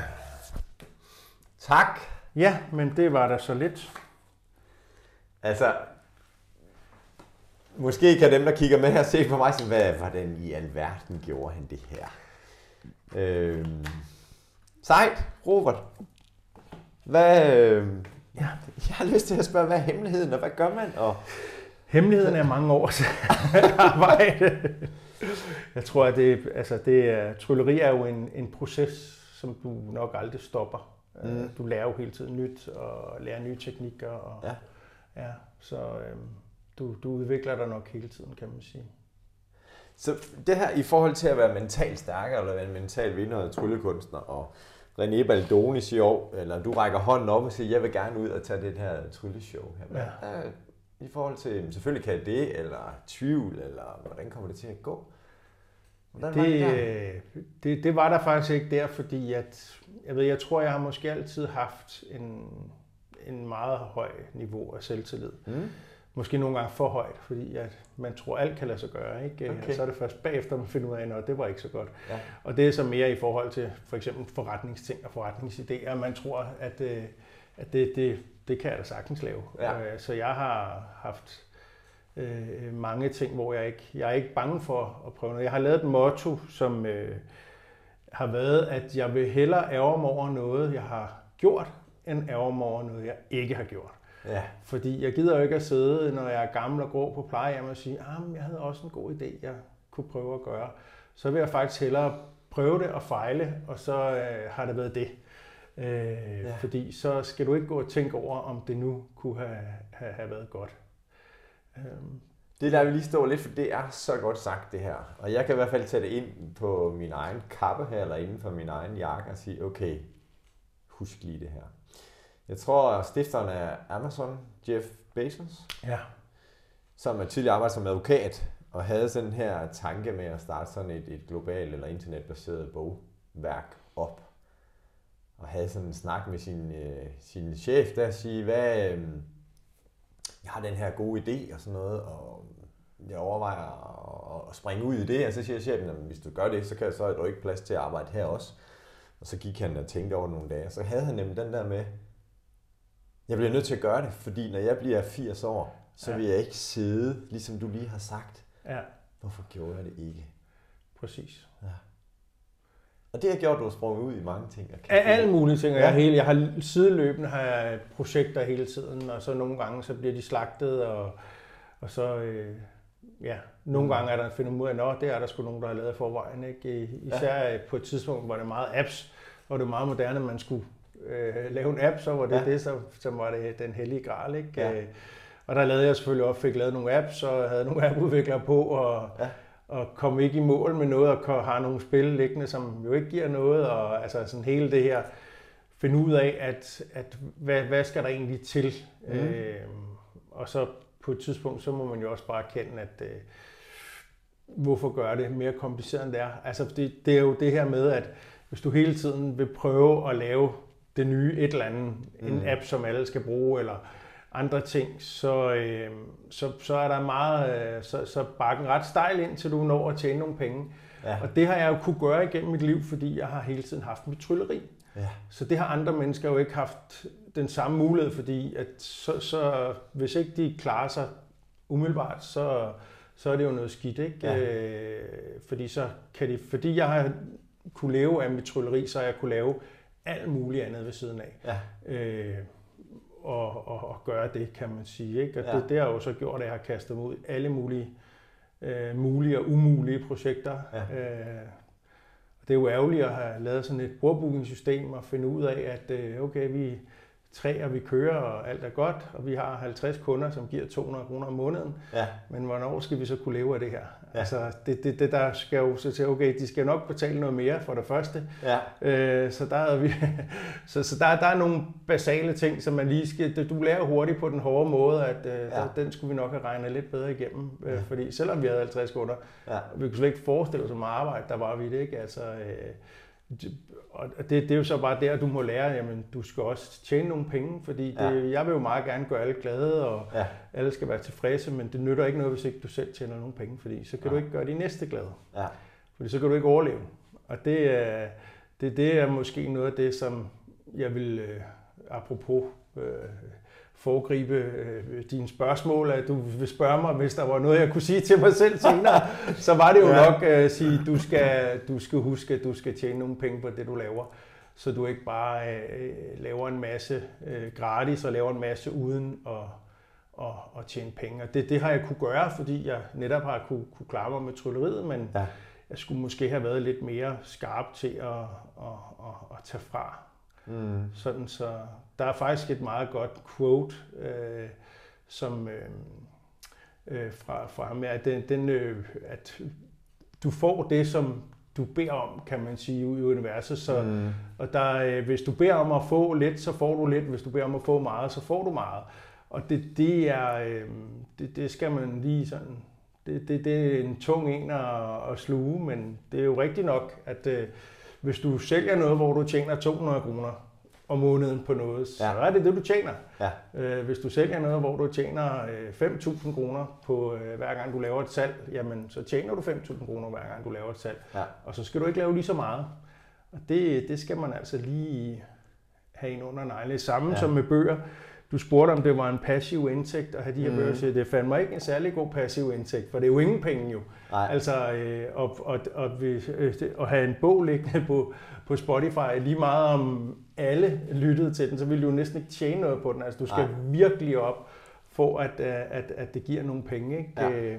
Tak. Ja, men det var da så lidt. Altså, måske kan dem, der kigger med her, se på mig, hvordan i alverden gjorde han det her. Sejt, Robert. Ja. Jeg har lyst til at spørge, hvad er hemmeligheden, og hvad gør man? Hemmeligheden er mange års arbejde. Jeg tror, at trylleri er jo en proces, som du nok aldrig stopper. Du lærer jo hele tiden nyt, og lærer nye teknikker. Og, ja, så du udvikler dig nok hele tiden, kan man sige. Så det her i forhold til at være mentalt stærkere, eller være en mental vinder og tryllekunstner, og René Baldoni siger, eller du rækker hånden op og siger, jeg vil gerne ud og tage det her trylleshow her. Ja. I forhold til, selvfølgelig kan jeg det, eller tvivl, eller hvordan kommer det til at gå? Det var der faktisk ikke der, fordi jeg tror, jeg har måske altid haft en meget høj niveau af selvtillid. Måske nogle gange for højt, fordi at man tror, alt kan lade sig gøre. Ikke? Okay. Og så er det først bagefter, man finder ud af, at det var ikke så godt. Ja. Og det er så mere i forhold til for eksempel forretningsting og forretningsidéer. Man tror, at det kan jeg da sagtens lave. Ja. Så jeg har haft mange ting, hvor jeg er ikke bange for at prøve noget. Jeg har lavet et motto, som har været, at jeg vil hellere ærge mig over noget, jeg har gjort, end ærge mig over noget, jeg ikke har gjort. Ja. Fordi jeg gider jo ikke at sidde, når jeg er gammel og grå på plejehjem og sige, jeg havde også en god idé, jeg kunne prøve at gøre. Så vil jeg faktisk hellere prøve det og fejle, og så har det været det. Fordi så skal du ikke gå og tænke over, om det nu kunne have været godt. Det lader vi lige stå lidt, for det er så godt sagt det her. Og jeg kan i hvert fald tage det ind på min egen kappe her, eller inden for min egen jakke og sige, okay, husk lige det her. Jeg tror, stifteren af Amazon, Jeff Bezos, som er tidligere arbejdet som advokat, og havde sådan her tanke med at starte sådan et globalt eller internetbaseret bogværk op. Og havde sådan en snak med sin chef, der sige, jeg har den her gode idé og sådan noget, og jeg overvejer at springe ud i det, og så siger chefen, at hvis du gør det, så er der ikke plads til at arbejde her også. Og så gik han og tænkte over nogle dage, og så havde han nemlig den der med, jeg bliver nødt til at gøre det, fordi når jeg bliver 80 år, så vil jeg ikke sidde, ligesom du lige har sagt. Ja. Hvorfor gjorde jeg det ikke? Præcis. Ja. Og det har gjort, at du har sprunget ud i mange ting. Alle mulige ting. Ja. Jeg har sideløbende har jeg projekter hele tiden, og så nogle gange så bliver de slagtet, og så nogle gange er der finder ud af, det er der sgu nogen, der har lavet i forvejen. Ikke? Især på et tidspunkt, hvor det er meget apps, og det er meget moderne, man skulle lave en app, så var det som var det den hellige gral. Ikke? Ja. Og der lavede jeg selvfølgelig også, fik lavet nogle apps, og havde nogle appudviklere på, og kom ikke i mål med noget, og har nogle spil liggende, som jo ikke giver noget, og altså sådan hele det her, finde ud af, at hvad skal der egentlig til? Og så på et tidspunkt, så må man jo også bare erkende, at hvorfor gøre det mere kompliceret end det er. Altså det er jo det her med, at hvis du hele tiden vil prøve at lave det nye et eller andet, en app, som alle skal bruge, eller andre ting, så er der meget, så bakken ret stejl ind, til du når at tjene nogle penge. Ja. Og det har jeg jo kunne gøre igennem mit liv, fordi jeg har hele tiden haft mit trylleri. Ja. Så det har andre mennesker jo ikke haft den samme mulighed, fordi at så hvis ikke de klarer sig umiddelbart, så er det jo noget skidt, ikke? Ja. Fordi jeg har kunne leve af mit trylleri, så har jeg kunne lave alt muligt andet ved siden af. Ja. Og gøre det, kan man sige, ikke? Og det har jo så gjort, at jeg har kastet mig ud i alle mulige og umulige projekter. Ja. Det er jo ærgerligt at have lavet sådan et bordbooking-system og finde ud af, at okay, vi er 3, og vi kører, og alt er godt, og vi har 50 kunder, som giver 200 kroner om måneden. Ja. Men hvornår skal vi så kunne leve af det her? Ja. Altså, det der skal jo så til, okay, de skal nok betale noget mere for det første. Ja. Så der er der er nogle basale ting, som man lige skal, du lærer hurtigt på den hårde måde, at den skulle vi nok have regnet lidt bedre igennem. Fordi selvom vi havde 50 kunder, vi kunne slet ikke forestille os, hvor meget arbejde der var ved det, ikke? Altså, og det er jo så bare der, du må lære, jamen du skal også tjene nogle penge, fordi jeg vil jo meget gerne gøre alle glade, og alle skal være tilfredse, men det nytter ikke noget, hvis ikke du selv tjener nogle penge, fordi så kan du ikke gøre de næste glade. Ja. Fordi så kan du ikke overleve. Og det er måske noget af det, som jeg vil, apropos foregribe dine spørgsmål, at du vil spørge mig, hvis der var noget, jeg kunne sige til mig selv senere, så var det jo nok at sige, du skal huske, at du skal tjene nogle penge på det, du laver, så du ikke bare laver en masse gratis og laver en masse uden at tjene penge. Og det har jeg kunne gøre, fordi jeg netop har kunne klare mig med trylleriet, men jeg skulle måske have været lidt mere skarp til at tage fra. Sådan så der er faktisk et meget godt quote som fra ham, at du får det, som du beder om, kan man sige, ude i universet. Så, og der, hvis du beder om at få lidt, så får du lidt. Hvis du beder om at få meget, så får du meget. Og det skal man lige sådan. Det er en tung en at sluge, men det er jo rigtigt nok, at hvis du sælger noget, hvor du tjener 200 kroner om måneden på noget, så er det det, du tjener. Ja. Hvis du sælger noget, hvor du tjener 5.000 kroner på hver gang du laver et salg, jamen så tjener du 5.000 kroner hver gang du laver et salg. Ja. Og så skal du ikke lave lige så meget. Og det skal man altså lige have ind under negle. Samme som med bøger. Du spurgte, om det var en passiv indtægt at have de her bøger, så det fandt mig ikke en særlig god passiv indtægt, for det er jo ingen penge jo. Nej. Altså at have en bog liggende på Spotify, lige meget om alle lyttede til den, så vil du jo næsten ikke tjene noget på den. Altså du skal virkelig op for, at det giver nogle penge, ikke? Ja.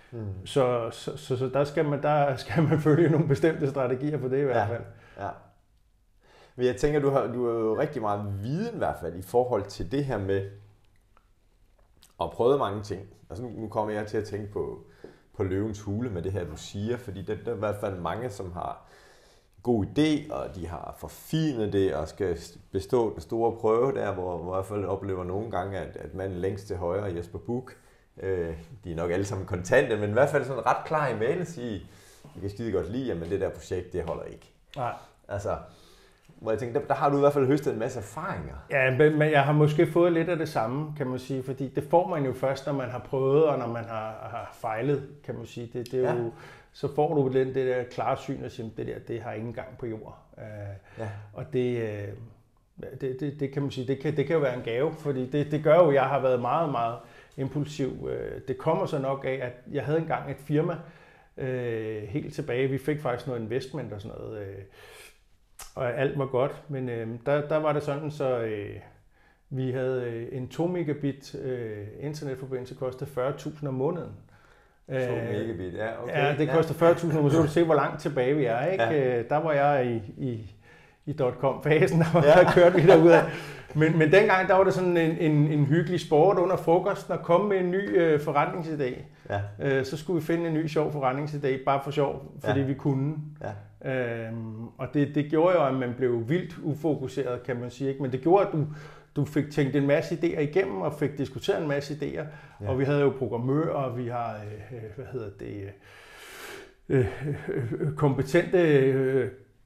Så der skal man følge nogle bestemte strategier på det i hvert fald. Ja. Men jeg tænker, du har jo rigtig meget viden i hvert fald i forhold til det her med at prøve mange ting. Altså nu kommer jeg til at tænke på Løvens Hule med det her, du siger, fordi der er i hvert fald mange, som har god idé, og de har forfinet det og skal bestå den store prøve der, hvor i hvert fald oplever nogle gange, at manden længst til højre, Jesper Buch, de er nok alle sammen kontante, men i hvert fald sådan ret klar i mail at sige, jeg kan skide godt lide, men det der projekt, det holder ikke. Nej. Altså, hvor jeg tænker, der har du i hvert fald høstet en masse erfaringer. Ja, men jeg har måske fået lidt af det samme, kan man sige, fordi det får man jo først, når man har prøvet, og når man har fejlet, kan man sige. Det er jo, så får du det der klare syn og siger, det har ingen gang på jord. Og det kan man sige, det kan jo være en gave, fordi det gør jo, at jeg har været meget, meget impulsiv. Det kommer så nok af, at jeg havde engang et firma helt tilbage. Vi fik faktisk noget investment og sådan noget, og alt var godt, men der var det sådan, så vi havde en 2 megabit internetforbindelse, kostede 40.000 om måneden. 2 megabit, ja, okay. Ja, det koster 40.000, og så kan du se, hvor langt tilbage vi er, ikke? Ja. Der var jeg i .com-fasen, og der kørte vi derudad. Men dengang, der var det sådan en hyggelig sport under frokosten at komme med en ny forretningsidé. Ja. Så skulle vi finde en ny sjov forretningsidé, bare for sjov, fordi vi kunne. Ja. Og det gjorde jo, at man blev vildt ufokuseret, kan man sige, ikke? Men det gjorde, at du fik tænkt en masse idéer igennem, og fik diskuteret en masse idéer. Ja. Og vi havde jo programmører, og vi har, kompetente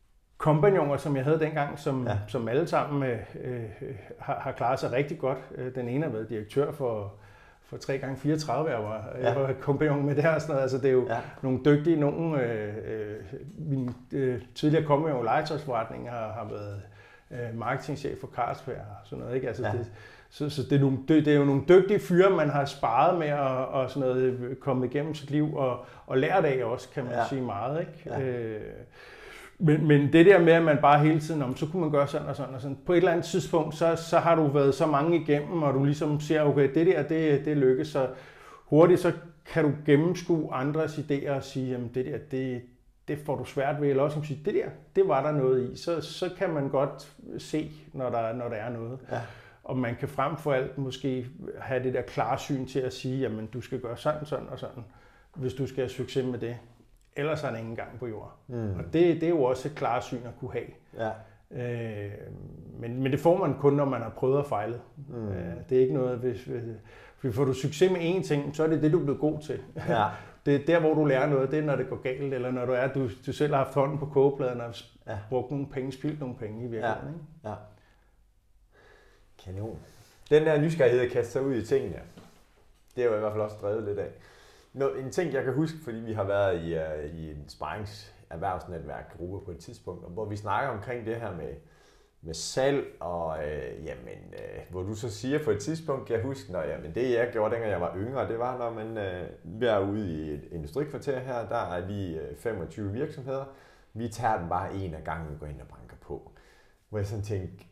kompagnoner, som jeg havde dengang, som alle sammen har klaret sig rigtig godt. Den ene har været direktør for 3x34, jeg var kompagnon med det her. Sådan noget. Altså, det er jo nogle dygtige, min tidligere kompagnon i legetøjsforretningen har været marketingchef for Carlsberg og sådan noget. Ikke? Altså, så det er jo nogle dygtige fyre, man har sparet med og sådan noget, kommet igennem sit liv og lært af også, kan man sige meget. Ikke? Ja. Men det der med, at man bare hele tiden, så kunne man gøre sådan og sådan og sådan. På et eller andet tidspunkt, så har du været så mange igennem, og du ligesom ser, okay, det der, det lykkes. Så hurtigt, så kan du gennemskue andres idéer og sige, jamen det der, det får du svært ved. Eller også kan sige, det der, det var der noget i. Så kan man godt se, når der er noget. Ja. Og man kan frem for alt måske have det der klarsyn til at sige, jamen du skal gøre sådan, sådan og sådan, hvis du skal have succes med det. Ellers er der ingen gang på jord. Og det er jo også et klarsyn at kunne have. Ja. Men det får man kun, når man har prøvet at fejle. Det er ikke noget, hvis får du succes med én ting, så er det du er blevet god til. Ja. Det er der, hvor du lærer noget, det er, når det går galt, eller når du selv har haft hånden på kogepladen og brugt nogle penge, spildt nogle penge i virkeligheden. Ikke? Ja. Kanon. Den der nysgerrighed at kaste sig ud i tingene, det er jo i hvert fald også drevet lidt af. En ting, jeg kan huske, fordi vi har været i en sparringserhvervsnetværk gruppe på et tidspunkt, hvor vi snakker omkring det her med salg, og hvor du så siger på et tidspunkt, kan jeg huske, det jeg gjorde, dengang jeg var yngre, det var, når man er ude i et industrikvarter her, der er lige 25 virksomheder, vi tager den bare en af gangen og går ind og banker på. Hvor jeg sådan tænkte,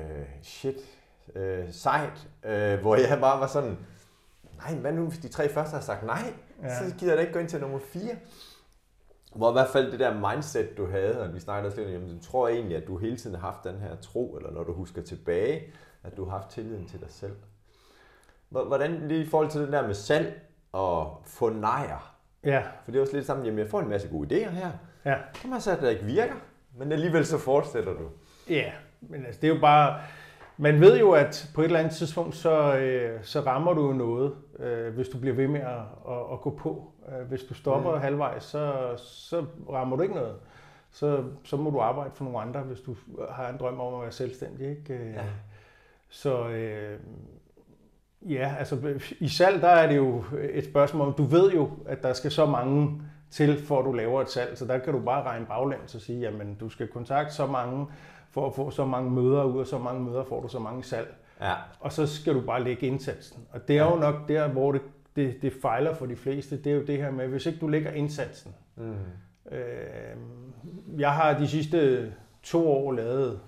sejt, hvor jeg bare var sådan, nej, hvad nu, hvis de 3 første har sagt nej, så gider jeg da ikke gå ind til nummer 4. Hvor i hvert fald det der mindset, du havde, og vi snakkede også lidt om, jeg tror egentlig, at du hele tiden har haft den her tro, eller når du husker tilbage, at du har haft tilliden til dig selv. Hvordan lige i forhold til det der med salg og få nejer? Ja. For det er også lidt sammen, jamen jeg får en masse gode idéer her. Ja. Så man så, at det ikke virker, men alligevel så fortsætter du. Ja, men altså det er jo bare... Man ved jo, at på et eller andet tidspunkt, så rammer du jo noget, hvis du bliver ved med at gå på. Hvis du stopper halvvejs, så rammer du ikke noget. Så må du arbejde for nogle andre, hvis du har en drøm om at være selvstændig. Ikke? Ja. Så altså i salg, der er det jo et spørgsmål om, du ved jo, at der skal så mange til, for at du laver et salg. Så der kan du bare regne baglæns og sige, jamen du skal kontakte så mange, for at få så mange møder ud, og så mange møder får du så mange salg. Ja. Og så skal du bare lægge indsatsen. Og det er jo nok der, hvor det fejler for de fleste. Det er jo det her med, hvis ikke du lægger indsatsen. Jeg har de sidste 2 år lavet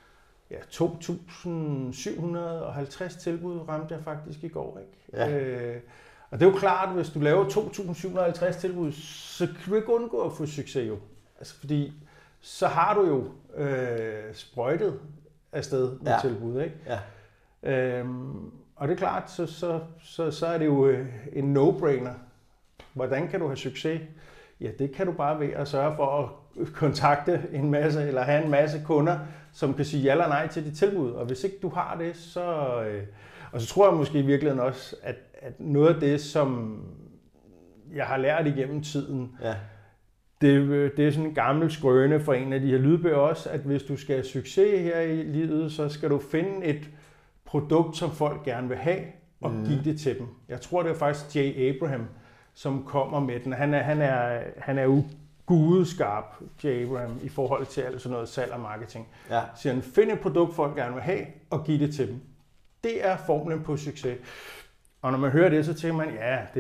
2.750 tilbud, ramte jeg faktisk i går. Ikke? Ja. Og det er jo klart, at hvis du laver 2.750 tilbud, så kan du ikke undgå at få succes jo. Altså fordi så har du jo sprøjtet afsted med tilbud, ikke? Ja. Og det er klart, så er det jo en no-brainer. Hvordan kan du have succes? Ja, det kan du bare ved at sørge for at kontakte en masse, eller have en masse kunder, som kan sige ja eller nej til dit tilbud. Og hvis ikke du har det, så... Og så tror jeg måske i virkeligheden også, at noget af det, som jeg har lært igennem tiden, det er sådan en gammel skrøne for en af de her lydbøger også, at hvis du skal have succes her i livet, så skal du finde et produkt, som folk gerne vil have, og give det til dem. Jeg tror, det er faktisk Jay Abraham, som kommer med den. Han er jo gudeskarp, Jay Abraham, i forhold til alt sådan noget salg og marketing. Ja. Så han find et produkt, folk gerne vil have, og give det til dem. Det er formlen på succes. Og når man hører det, så tænker man,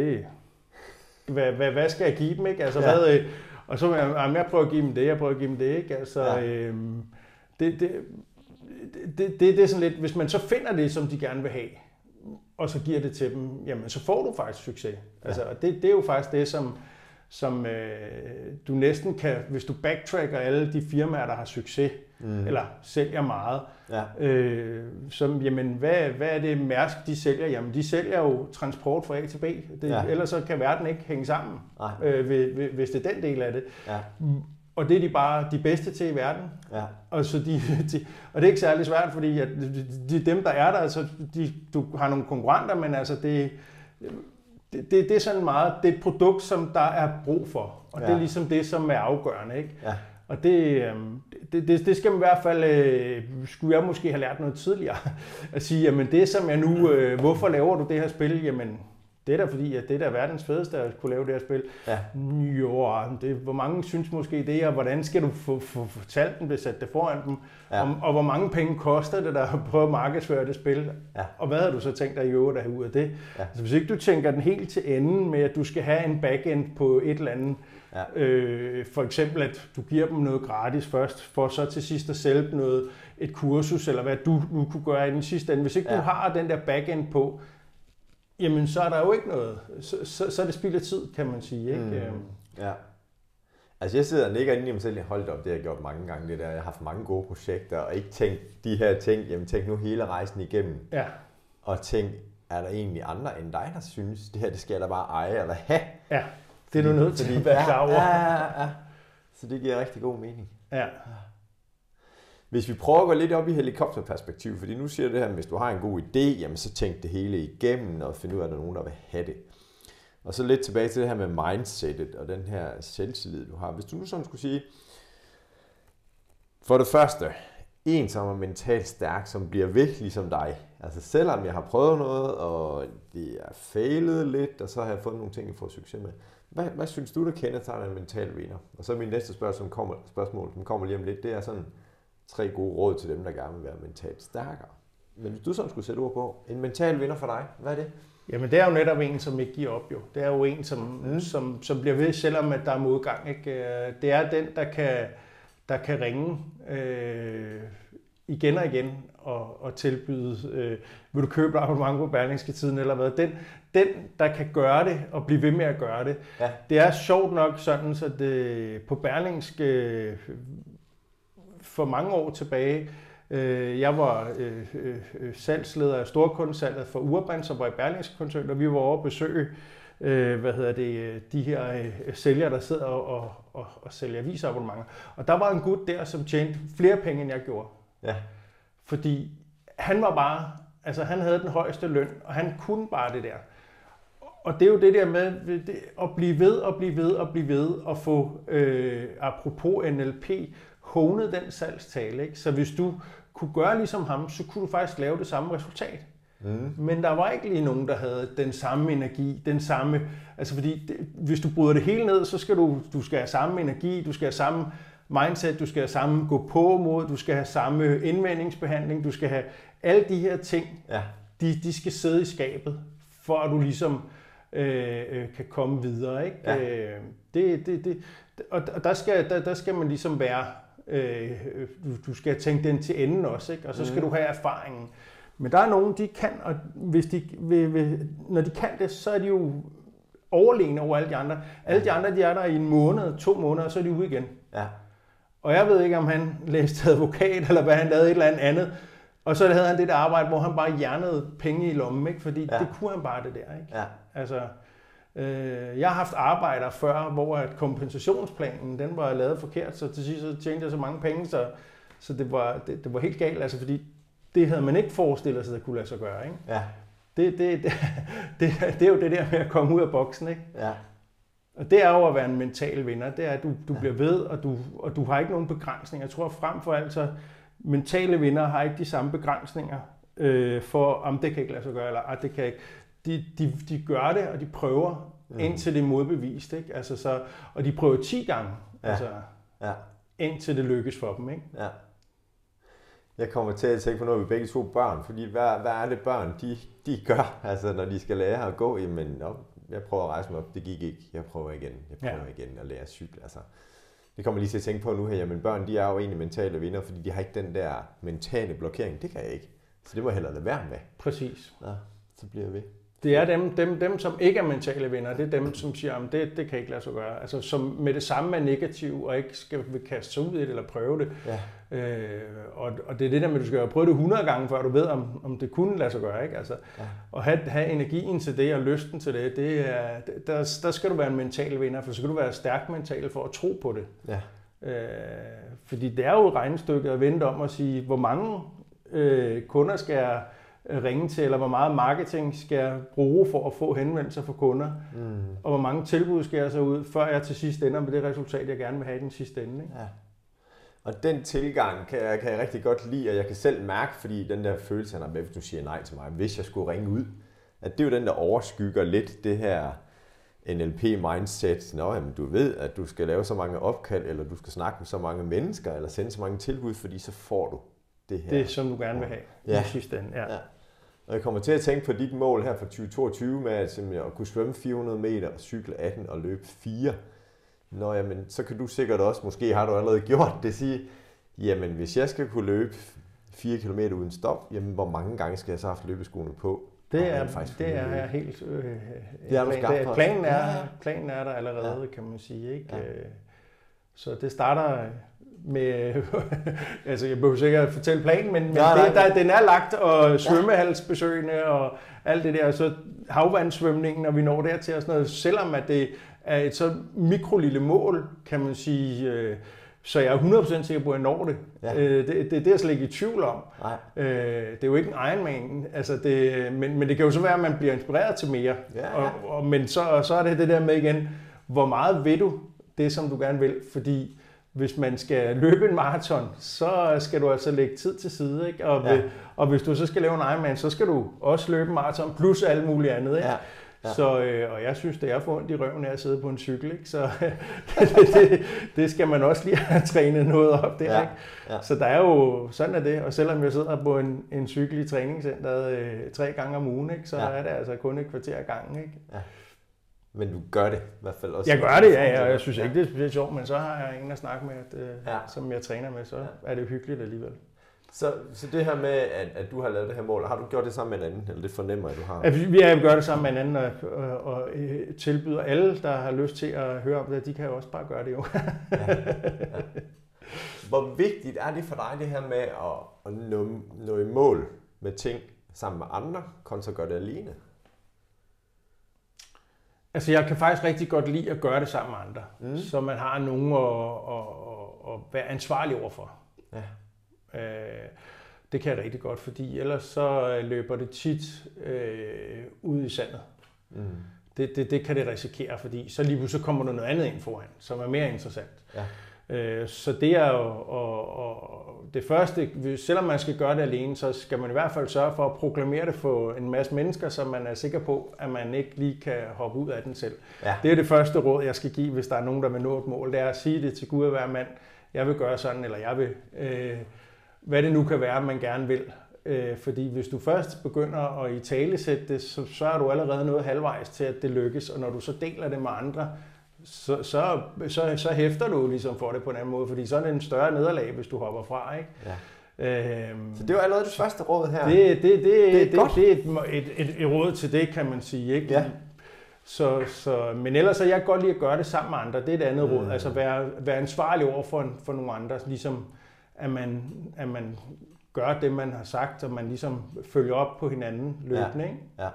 hvad skal jeg give dem, ikke? Altså, og så jeg prøver at give dem det, jeg prøver at give dem det, ikke? Altså, det er sådan lidt, hvis man så finder det, som de gerne vil have, og så giver det til dem, jamen så får du faktisk succes. Altså, og det er jo faktisk det, som du næsten kan, hvis du backtracker alle de firmaer, der har succes, eller sælger meget, jamen hvad er det Mærsk, de sælger? Jamen de sælger jo transport fra A til B. Ellers så kan verden ikke hænge sammen, hvis det er den del af det. Ja. Og det er de bare de bedste til i verden. Ja. Og, så og det er ikke særlig svært, fordi at dem, der er der, altså, du har nogle konkurrenter, men altså det er sådan meget, det er et produkt, som der er brug for. Og det er ligesom det, som er afgørende. Ikke? Ja. Og det skal man i hvert fald, skulle jeg måske have lært noget tidligere, at sige, jamen det som jeg nu, hvorfor laver du det her spil? Jamen det er da fordi, at det er verdens fedeste at kunne lave det her spil. Ja. Jo, hvor mange synes måske det, og hvordan skal du få fortalt dem, sætte det foran dem, og hvor mange penge koster det der at prøve at markedsføre det spil, og hvad har du så tænkt dig i øvrigt at have ud af det? Ja. Altså, hvis ikke du tænker den helt til enden med, at du skal have en backend på et eller andet, for eksempel at du giver dem noget gratis først, for så til sidst at sælge dem et kursus, eller hvad du kunne gøre i den sidste ende. Hvis ikke du har den der backend på, jamen så er der jo ikke noget, så er det spild af tid, kan man sige. Ikke? Ja. Altså jeg sidder og nikker inde i mig selv, holdt op, det har jeg gjort mange gange det der, jeg har haft mange gode projekter, og ikke tænkt de her ting, jamen tænk nu hele rejsen igennem, og tænk, er der egentlig andre end dig, der synes, det her, det skal jeg da bare eje eller have? Ja, det er du nødt til at være klar over. Ja. Så det giver rigtig god mening. Ja. Hvis vi prøver at gå lidt op i helikopterperspektiv, fordi nu siger det her, at hvis du har en god idé, jamen så tænk det hele igennem og find ud af, at der er nogen, der vil have det. Og så lidt tilbage til det her med mindsetet og den her selvtillid, du har. Hvis du nu sådan skulle sige, for det første, en som er mentalt stærk, som bliver virkelig som dig. Altså selvom jeg har prøvet noget, og det er failet lidt, og så har jeg fået nogle ting, jeg får succes med. Hvad synes du, der kendetegner en mental vinder? Og så min næste spørgsmål, som kommer lige om lidt, det er sådan 3 gode råd til dem, der gerne vil være mentalt stærkere. Men hvis du sådan skulle sætte ord på, en mental vinder for dig, hvad er det? Jamen det er jo netop en, som ikke giver op jo. Det er jo en, som bliver ved, selvom at der er modgang. Ikke? Det er den, der kan ringe igen og igen og tilbyde, vil du købe abonnement på Berlingske Tiden eller hvad? Den, der kan gøre det og blive ved med at gøre det. Ja. Det er sjovt nok sådan, så det på Berlingske for mange år tilbage, jeg var salgsleder af storkundesalget for Urban, som var i Berlingske-koncernen, og vi var over at besøge de her sælgere, der sidder og sælger avisabonnementer. Og der var en gut der, som tjente flere penge, end jeg gjorde. Ja. Fordi han var bare, altså han havde den højeste løn, og han kunne bare det der. Og det er jo det der med at blive ved og få, apropos NLP, honet den salgstale. Ikke? Så hvis du kunne gøre ligesom ham, så kunne du faktisk lave det samme resultat. Men der var ikke lige nogen, der havde den samme energi, den samme, altså fordi hvis du bryder det hele ned, så skal du skal have samme energi, du skal have samme mindset, du skal have samme gå på mod, du skal have samme indvendingsbehandling, du skal have alle de her ting, de skal sidde i skabet, for at du ligesom kan komme videre. Ikke? Ja. Og der skal man ligesom være, du skal tænke den til enden også, ikke? Og så skal du have erfaringen. Men der er nogen, de kan, og hvis når de kan det, så er de jo overlegne over alle de andre. Alle de andre, de er der i 1 måned, 2 måneder, og så er de ude igen. Ja. Og jeg ved ikke, om han læste advokat, eller hvad han lavede et eller andet. Og så havde han det der arbejde, hvor han bare hjernede penge i lommen, ikke? Fordi det kunne han bare det der. Ikke? Ja. Altså, jeg har haft arbejder før, hvor at kompensationsplanen, den var lavet forkert, så til sidst så tjente jeg så mange penge, så det var helt galt, altså fordi det havde man ikke forestillet sig, der kunne lade sig gøre. Ikke? Ja. Det er jo det der med at komme ud af boksen, ikke? Ja. Og det er jo at være en mental vinder, det er, at du bliver ved, og du har ikke nogen begrænsninger. Jeg tror frem for alt, så mentale vinder har ikke de samme begrænsninger for, om det kan ikke lade sig gøre, eller det kan ikke. De gør det, og de prøver, indtil det er modbevist. Ikke? Altså, og de prøver 10 gange, indtil det lykkes for dem. Ikke? Ja. Jeg kommer til at tænke på noget, vi begge 2 børn, fordi hvad er det børn, de gør, altså, når de skal lære at gå? Jamen, jeg prøver at rejse mig op, det gik ikke, jeg prøver igen at lære at cykle. Altså, det kommer lige til at tænke på nu her, jamen børn, de er jo egentlig mentale vinder, fordi de har ikke den der mentale blokering, det kan jeg ikke. Så det må jeg hellere lade være med. Præcis. Ja, så bliver jeg ved. Det er dem, som ikke er mentale vinder, det er dem, som siger, at det kan ikke lade sig gøre. Altså som med det samme er negativ, og ikke vil kaste sig ud i det, eller prøve det. Ja. Og det er det der med, at du skal prøve det 100 gange, før du ved, om det kunne lade sig gøre. Ikke? Altså, at have energien til det, og lysten til det, der skal du være en mental vinder, for så skal du være stærk mental for at tro på det. Ja. Fordi det er jo regnestykket at vente om at sige, hvor mange kunder skal jeg ringe til, eller hvor meget marketing skal jeg bruge for at få henvendelser fra kunder, og hvor mange tilbud skal jeg så ud, før jeg til sidst ender med det resultat, jeg gerne vil have i den sidste ende. Ikke? Og den tilgang kan jeg rigtig godt lide, og jeg kan selv mærke, fordi den der følelse, han har med, hvis du siger nej til mig, hvis jeg skulle ringe ud, at det er jo den, der overskygger lidt det her NLP-mindset. Nå, jamen, du ved, at du skal lave så mange opkald, eller du skal snakke med så mange mennesker, eller sende så mange tilbud, fordi så får du det her. Det, som du gerne vil have i sidste ende. Ja. Og jeg kommer til at tænke på dit mål her for 2022 med at kunne svømme 400 meter, cykle 18 og løbe 4. Nå, jamen, så kan du sikkert også, måske har du allerede gjort det, sige, jamen, hvis jeg skal kunne løbe 4 km uden stop, jamen, hvor mange gange skal jeg så have haft løbeskoene på? Det er jeg helt... Planen er der allerede, kan man sige. Ikke? Ja. Så det starter med... altså, jeg behøver sikkert fortælle planen, men den er lagt, og svømmehalsbesøgende og alt det der, så havvandssvømningen, når vi når dertil og sådan noget, selvom at det er et så mikrolille mål, kan man sige... Så jeg er 100% sikker på, at jeg når det. Ja. Det er jeg slet ikke i tvivl om. Det er jo ikke en Ironman, altså men det kan jo så være, at man bliver inspireret til mere. Ja. Men så er det der med igen, hvor meget ved du det, som du gerne vil? Fordi hvis man skal løbe en maraton, så skal du altså lægge tid til side. Ikke? Og hvis du så skal lave en Ironman, så skal du også løbe en maraton, plus alt muligt andet. Ikke? Ja. Ja. Så, og jeg synes, det er for ondt i røven af at sidde på en cykel, ikke? Så det skal man også lige have trænet noget op der. Ikke? Ja. Så der er jo, sådan er det, og selvom jeg sidder på en cykel i træningscenteret 3 gange om ugen, ikke? Så er det altså kun et kvarter ad gangen. Ikke? Ja. Men du gør det i hvert fald også. Jeg gør det, og jeg synes ikke, det er specielt sjovt, men så har jeg ingen at snakke med, som jeg træner med, så er det hyggeligt alligevel. Så det her med, at du har lavet det her mål, har du gjort det sammen med en anden, eller det fornemmer jeg, du har? Vi har gjort det sammen med en anden, og tilbyder alle, der har lyst til at høre om det, de kan jo også bare gøre det jo. Ja. Hvor vigtigt er det for dig, det her med at nå i mål med ting sammen med andre, kontra at gøre det alene? Altså, jeg kan faktisk rigtig godt lide at gøre det sammen med andre, så man har nogen at være ansvarlig overfor. Ja. Det kan jeg rigtig godt, fordi ellers så løber det tit ud i sandet. Det kan det risikere, fordi så lige pludselig kommer der noget andet ind foran, som er mere interessant. Ja. Så det er jo det første, selvom man skal gøre det alene, så skal man i hvert fald sørge for at proklamere det for en masse mennesker, så man er sikker på, at man ikke lige kan hoppe ud af den selv. Ja. Det er det første råd, jeg skal give, hvis der er nogen, der vil nå et mål. Det er at sige det til Gud og hver mand. Jeg vil gøre sådan, eller jeg vil... hvad det nu kan være, man gerne vil. Fordi hvis du først begynder at italesætte det, så er du allerede nået halvvejs til, at det lykkes. Og når du så deler det med andre, så hæfter du ligesom for det på en anden måde. Fordi så er det en større nederlag, hvis du hopper fra. Ikke? Ja. Så det var allerede det første råd her. Det er et råd til det, kan man sige. Ikke? Ja. Men ellers er jeg godt lide at gøre det sammen med andre. Det er et andet råd. Altså være ansvarlig over for nogle andre. Ligesom at man gør det, man har sagt, og man ligesom følger op på hinanden løbende. Ikke? Ja.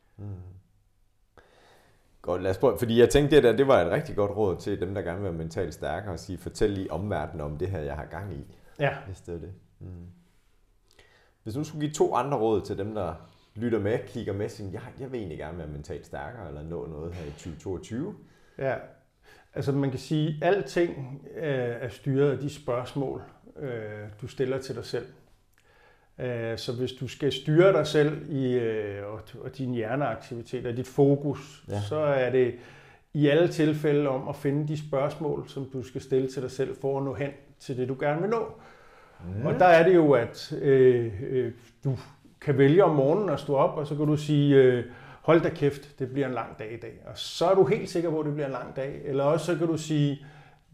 Godt, lad os prøve. Fordi jeg tænkte, det var et rigtig godt råd til dem, der gerne vil være mentalt stærkere, og sige, fortæl lige omverdenen om det her, jeg har gang i. Ja. Hvis det er det. Hvis du skulle give 2 andre råd til dem, der lytter med, kigger med, siger, jeg vil egentlig gerne være mentalt stærkere, eller nå noget her i 2022. Ja, altså man kan sige, at alting er styret af de spørgsmål, du stiller til dig selv. Så hvis du skal styre dig selv og din hjerneaktivitet og dit fokus, så er det i alle tilfælde om at finde de spørgsmål, som du skal stille til dig selv for at nå hen til det, du gerne vil nå. Og der er det jo, at du kan vælge om morgenen at stå op, og så kan du sige, hold da kæft, det bliver en lang dag i dag. Og så er du helt sikker på, at det bliver en lang dag. Eller også så kan du sige,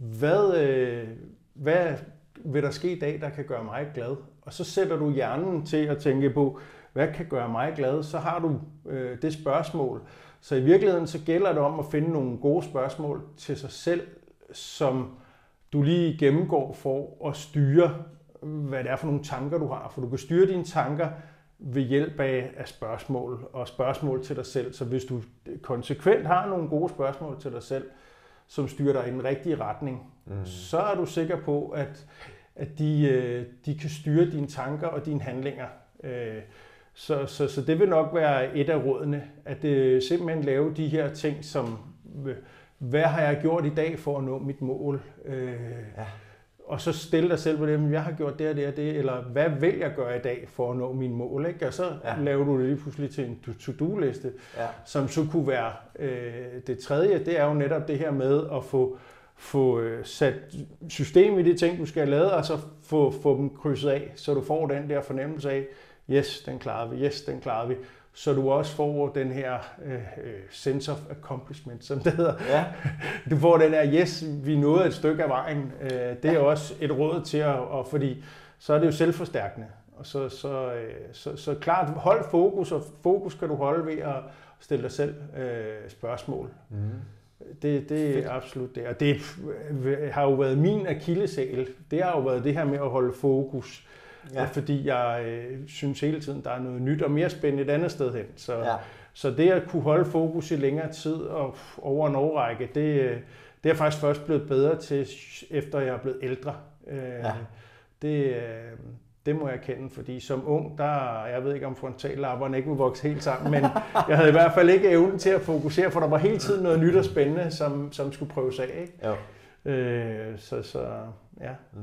hvad vil der ske i dag, der kan gøre mig glad? Og så sætter du hjernen til at tænke på, hvad kan gøre mig glad? Så har du det spørgsmål. Så i virkeligheden så gælder det om at finde nogle gode spørgsmål til sig selv, som du lige gennemgår for at styre, hvad det er for nogle tanker, du har. For du kan styre dine tanker ved hjælp af spørgsmål og spørgsmål til dig selv. Så hvis du konsekvent har nogle gode spørgsmål til dig selv, som styrer dig i den rigtige retning, så er du sikker på, at de kan styre dine tanker og dine handlinger. Så det vil nok være et af rådene, at simpelthen lave de her ting, som hvad har jeg gjort i dag for at nå mit mål? og så stille dig selv på det, men jeg har gjort det og det og det, eller hvad vil jeg gøre i dag for at nå mine mål, ikke? Og så laver du det lige pludselig til en to-do-liste, som så kunne være det tredje. Det er jo netop det her med at få sat system i de ting, du skal have lavet, og så få dem krydset af, så du får den der fornemmelse af, yes, den klarede vi, yes, den klarede vi. Så du også får den her sense of accomplishment, som det hedder. Ja. Du får den her, yes, vi nåede et stykke af vejen. Det er også et råd til fordi så er det jo selvforstærkende. Og så klart, hold fokus, og fokus kan du holde ved at stille dig selv spørgsmål. Mm. Det er absolut det. Og det har jo været min akilleshæl. Det har jo været det her med at holde fokus. Ja. Fordi jeg synes hele tiden, der er noget nyt og mere spændende et andet sted hen. Så det at kunne holde fokus i længere tid og over en årrække, det er jeg faktisk først blevet bedre til, efter jeg er blevet ældre. Det må jeg kende, fordi som ung, jeg ved ikke om frontallapperne ikke vil vokse helt sammen, men jeg havde i hvert fald ikke evnen til at fokusere, for der var hele tiden noget nyt og spændende, som skulle prøves af. Ikke? Jo. Ja. Mm.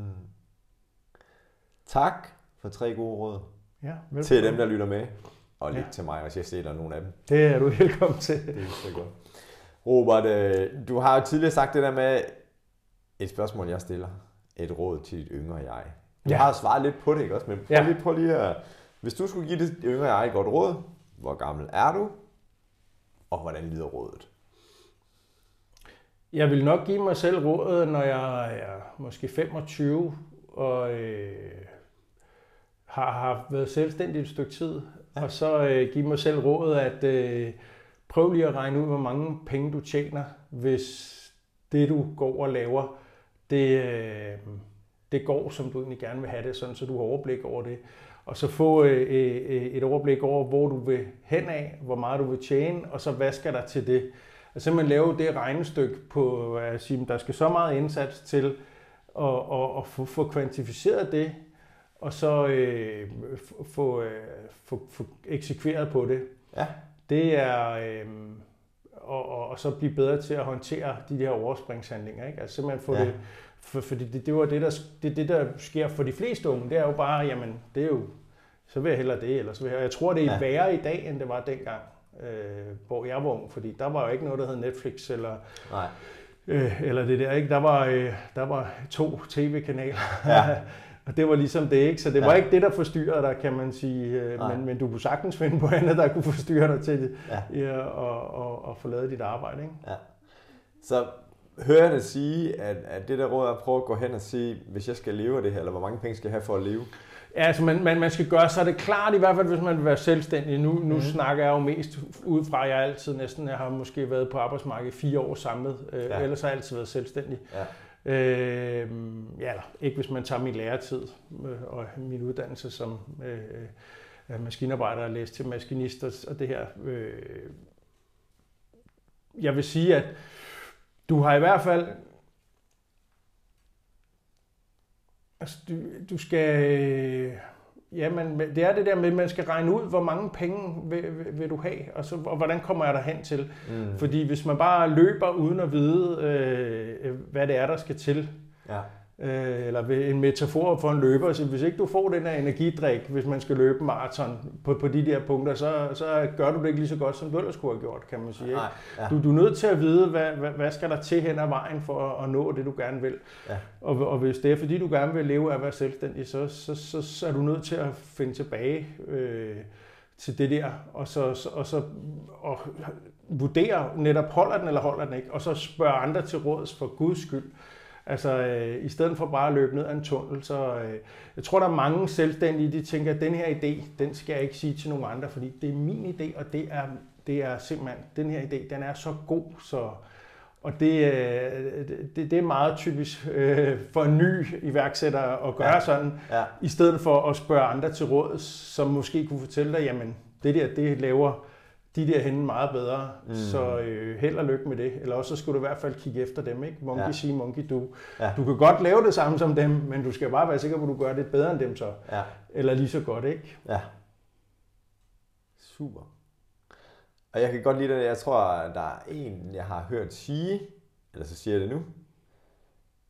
Tak for 3 gode råd til dem, der lytter med, og lidt til mig, hvis jeg ser nogle af dem. Det er du velkommen til. Det er så godt. Robert, du har jo tidligere sagt det der med et spørgsmål, jeg stiller. Et råd til dit yngre jeg. Du har svaret lidt på det, ikke også? Men prøv lige at... Hvis du skulle give dit yngre jeg et godt råd, hvor gammel er du, og hvordan lyder rådet? Jeg vil nok give mig selv rådet, når jeg er måske 25, og har været selvstændig et stykke tid, og så give mig selv rådet at prøv lige at regne ud, hvor mange penge du tjener, hvis det du går og laver, det går, som du egentlig gerne vil have det, sådan, så du har overblik over det. Og så få et overblik over, hvor du vil hen af, hvor meget du vil tjene, og så hvad skal der til det. Og simpelthen lave det regnestykke på, at sige, der skal så meget indsats til, og få kvantificeret det, og så få eksekveret på det. Ja. Det er og så blive bedre til at håndtere de her overspringshandlinger, ikke? Altså simpelthen få det, fordi det var det der sker for de fleste unge. Det er jo bare, jamen det er jo, så vil jeg hellere det, eller så vil jeg tror det er værre i dag end det var dengang, hvor jeg var ung, fordi der var jo ikke noget der hed Netflix eller eller det der, ikke? Der var 2 tv-kanaler. Ja. Og det var ligesom det, ikke? Så det var ikke det, der forstyrrede dig, kan man sige. Men du kunne sagtens finde på andet, der kunne forstyrre dig til at få lavet dit arbejde, ikke? Ja. Så hører jeg dig sige, at det der råd er at prøve at gå hen og sige, hvis jeg skal leve af det her, eller hvor mange penge skal jeg have for at leve? Ja, altså man skal gøre så er det klart, i hvert fald hvis man vil være selvstændig. Nu snakker jeg jo mest ud fra, jeg altid næsten, jeg har måske været på arbejdsmarkedet 4 år samlet, ellers har jeg altid været selvstændig. Ja. Ikke hvis man tager min læretid og min uddannelse som maskinarbejder og læst til maskinist og det her. Jeg vil sige, at du har i hvert fald, altså du skal, det er det der med, at man skal regne ud, hvor mange penge vil du have, og hvordan kommer jeg derhen til. Fordi hvis man bare løber uden at vide, hvad det er, der skal til, eller en metafor for en løber, så hvis ikke du får den her energidrik, hvis man skal løbe maraton på de der punkter, så gør du det ikke lige så godt, som du ellers skulle have gjort, kan man sige. Ikke? Du er nødt til at vide, hvad skal der til hen ad vejen for at nå det, du gerne vil. Ja. Og hvis det er, fordi du gerne vil leve af at være selvstændig, så er du nødt til at finde tilbage til det der, og vurdere netop, holder den eller holder den ikke, og så spørge andre til råds for Guds skyld. Altså, i stedet for bare at løbe ned ad en tunnel, så jeg tror, der er mange selvstændige, de tænker, at den her idé, den skal jeg ikke sige til nogen andre, fordi det er min idé, og det er simpelthen, den her idé, den er så god, og det er meget typisk for en ny iværksætter at gøre sådan, i stedet for at spørge andre til råds, som måske kunne fortælle dig, jamen, det laver de der henne meget bedre, så held og lykke med det. Eller også så skulle du i hvert fald kigge efter dem, ikke? Monkey see, monkey do. Ja. Du kan godt lave det samme som dem, men du skal bare være sikker på, at du gør det bedre end dem så. Ja. Eller lige så godt, ikke? Ja. Super. Og jeg kan godt lide det, jeg tror, der er en, jeg har hørt sige, eller så siger jeg det nu.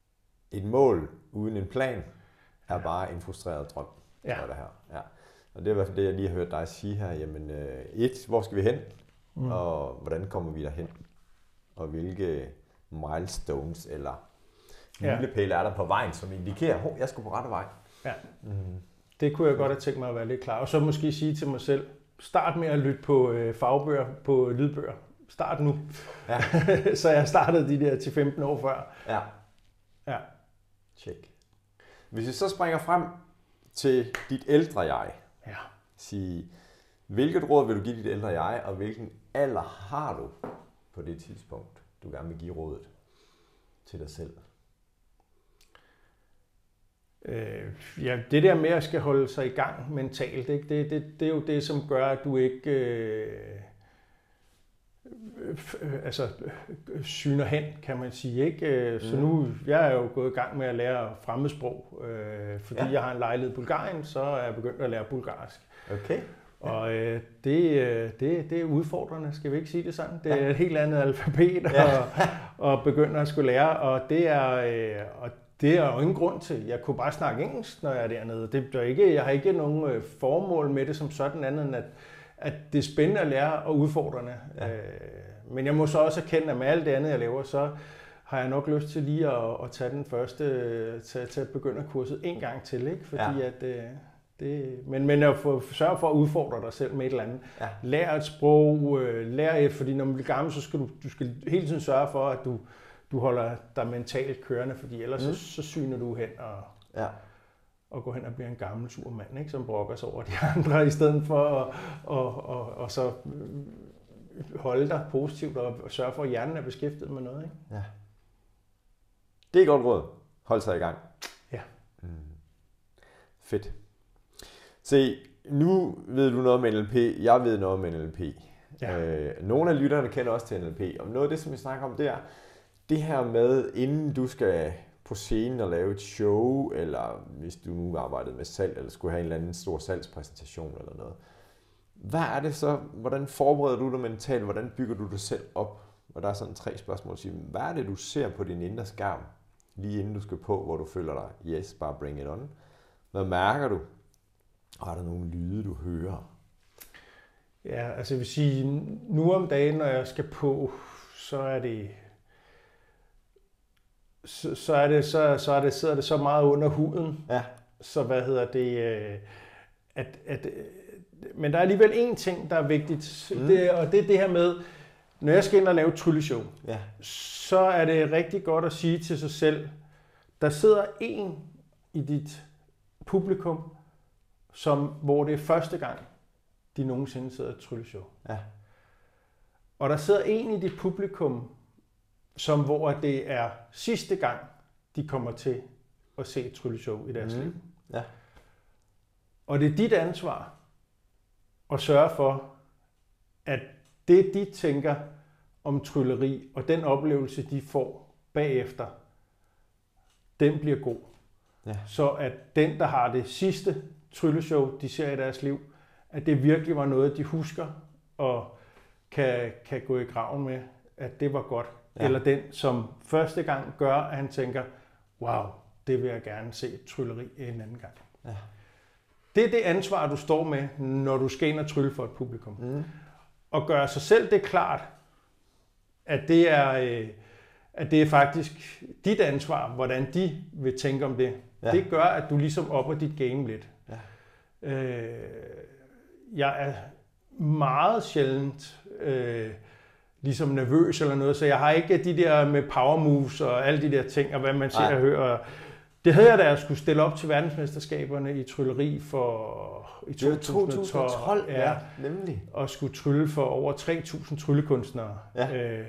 et mål uden en plan er bare en frustreret drøm. Ja. Det her. Ja. Og det er i hvert fald det, jeg lige har hørt dig sige her. Jamen, hvor skal vi hen? Og hvordan kommer vi derhen? Og hvilke milestones eller milepæle er der på vejen, som indikerer, at jeg skal på rette vej? Ja. Det kunne jeg godt have tænkt mig at være lidt klar. Og så måske sige til mig selv, start med at lytte på fagbøger, på lydbøger. Start nu. Ja. Så jeg startede de der til 15 år før. Ja. Ja. Check. Hvis vi så springer frem til dit ældre jeg. Ja. Sige, hvilket råd vil du give dit ældre jeg, og hvilken alder har du på det tidspunkt, du gerne vil give rådet til dig selv? Ja, det der med at skal holde sig i gang mentalt, ikke? Det er jo det, som gør, at du ikke syner hen, kan man sige. Ikke? Så nu, jeg er jo gået i gang med at lære fremmedsprog, fordi jeg har en lejlighed i Bulgarien, så er jeg begyndt at lære bulgarsk. Okay. Og det er udfordrende, skal vi ikke sige det sådan? Det er et helt andet alfabet at begynde at skulle lære, og det er jo ingen grund til. Jeg kunne bare snakke engelsk, når jeg er dernede. Jeg har ikke nogen formål med det som sådan andet, end at det er spændende at lære og udfordrende. Ja. Men jeg må så også erkende, at med alt det andet, jeg laver, så har jeg nok lyst til lige at tage den første, til at begynde kurset en gang til, ikke? Fordi men at sørge for at udfordre dig selv med et eller andet. Ja. Lær et sprog, fordi når man bliver gammel, så skal du skal hele tiden sørge for, at du holder dig mentalt kørende, fordi ellers så syner du hen og går hen og bliver en gammel sur mand, ikke, som brokker sig over de andre, i stedet for at så holde dig positivt og sørge for, at hjernen er beskæftiget med noget. Ikke? Ja. Det er godt råd. Hold sig i gang. Ja. Fedt. Se, nu ved du noget om NLP, jeg ved noget om NLP. Ja. Nogle af lytterne kender også til NLP, og noget af det, som vi snakker om, det er det her med, inden du skal på scenen og lave et show, eller hvis du nu arbejdede med salg, eller skulle have en eller anden stor salgspræsentation eller noget. Hvad er det så? Hvordan forbereder du dig mentalt? Hvordan bygger du dig selv op? Og der er sådan 3 spørgsmål. Hvad er det, du ser på din indre skærm, lige inden du skal på, hvor du føler dig, yes, bare bring it on? Hvad mærker du? Og er der nogle lyde, du hører? Ja, altså jeg vil sige, nu om dagen, når jeg skal på, så er det sidder det så meget under huden. Ja. Så men der er alligevel en ting, der er vigtigt, og det er det her med, når jeg skal ind og lave et trylleshow, så er det rigtig godt at sige til sig selv, der sidder en i dit publikum, hvor det er første gang, de nogensinde sidder et trylleshow. Ja. Og der sidder en i dit publikum, hvor det er sidste gang, de kommer til at se et trylleshow i deres liv. Ja. Og det er dit ansvar at sørge for, at det, de tænker om trylleri, og den oplevelse, de får bagefter, den bliver god. Ja. Så at den, der har det sidste trylleshow, de ser i deres liv, at det virkelig var noget, de husker og kan gå i graven med, at det var godt. Ja. Eller den, som første gang gør, at han tænker, wow, det vil jeg gerne se et trylleri en anden gang. Ja. Det er det ansvar, du står med, når du skal ind og trylle for et publikum. Og gøre sig selv det klart, at det er faktisk dit ansvar, hvordan de vil tænke om det. Ja. Det gør, at du ligesom opper dit game lidt. Ja. Jeg er meget sjældent ligesom nervøs eller noget, så jeg har ikke de der med power moves og alle de der ting, og hvad man ser og hører. Det havde jeg, da jeg skulle stille op til verdensmesterskaberne i trylleri i 2012. Ja, nemlig. Og skulle trylle for over 3.000 tryllekunstnere. Ja.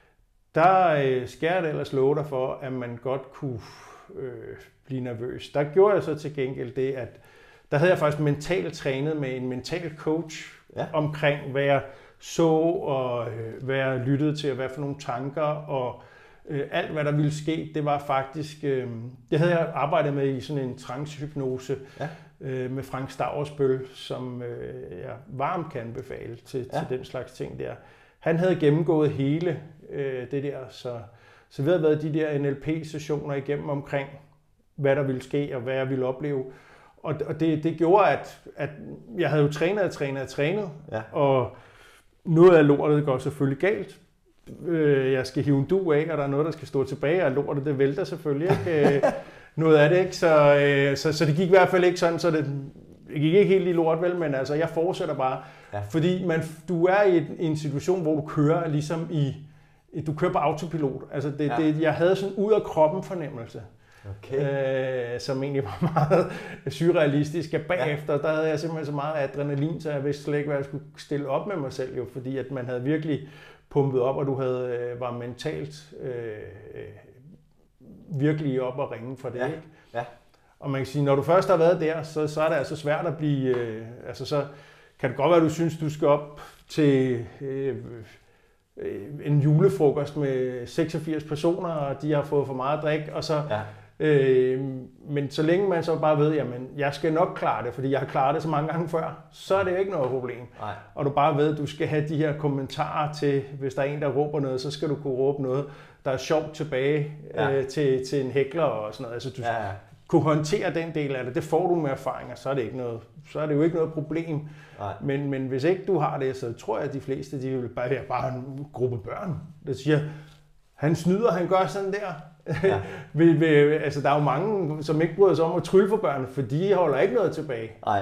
Der skal jeg ellers love dig for, at man godt kunne blive nervøs. Der gjorde jeg så til gengæld det, at der havde jeg faktisk mentalt trænet med en mental coach omkring, hvad jeg så, og hvad jeg lyttede til, og hvad for nogle tanker, og alt hvad der ville ske, det var faktisk, det havde jeg arbejdet med i sådan en trancehypnose med Frank Stauersbøl, som jeg varmt kan anbefale til den slags ting der. Han havde gennemgået hele det der, Så vi havde været de der NLP-sessioner igennem omkring, hvad der ville ske, og hvad jeg ville opleve. Og det gjorde, at jeg havde jo trænet, Ja. og noget af lortet går selvfølgelig galt. Jeg skal hive en dug af, og der er noget, der skal stå tilbage, og lortet, det vælter selvfølgelig ikke. Noget af det, ikke? Så det gik i hvert fald ikke sådan, så det gik ikke helt i lort, vel, men altså, jeg fortsætter bare. Ja. Fordi du er i en situation, hvor du kører ligesom du kører på autopilot. Altså, jeg havde sådan ud af kroppen fornemmelse. Okay. Som egentlig var meget surrealistisk. Bagefter, der havde jeg simpelthen så meget adrenalin, så jeg vidste slet ikke, hvad jeg skulle stille op med mig selv, jo, fordi at man havde virkelig pumpet op, og du var mentalt virkelig op og ringe for det. Ikke? Ja. Og man kan sige, når du først har været der, så er det altså svært at blive... så kan det godt være, at du synes, du skal op til en julefrokost med 86 personer, og de har fået for meget drik, og så... Ja. Men så længe man så bare ved, jamen, jeg skal nok klare det, fordi jeg har klaret det så mange gange før, så er det jo ikke noget problem. Nej. Og du bare ved, at du skal have de her kommentarer til, hvis der er en, der råber noget, så skal du kunne råbe noget, der er sjovt tilbage til en hækler og sådan noget. Altså, du kunne håndtere den del af det. Det får du med erfaringer, så er det jo ikke noget problem. Men hvis ikke du har det, så tror jeg, at de fleste, de vil bare en gruppe børn, der siger, han snyder, han gør sådan der. Ja. Altså, der er jo mange, som ikke bryder sig om at trylle for børn, for de holder ikke noget tilbage. Nej.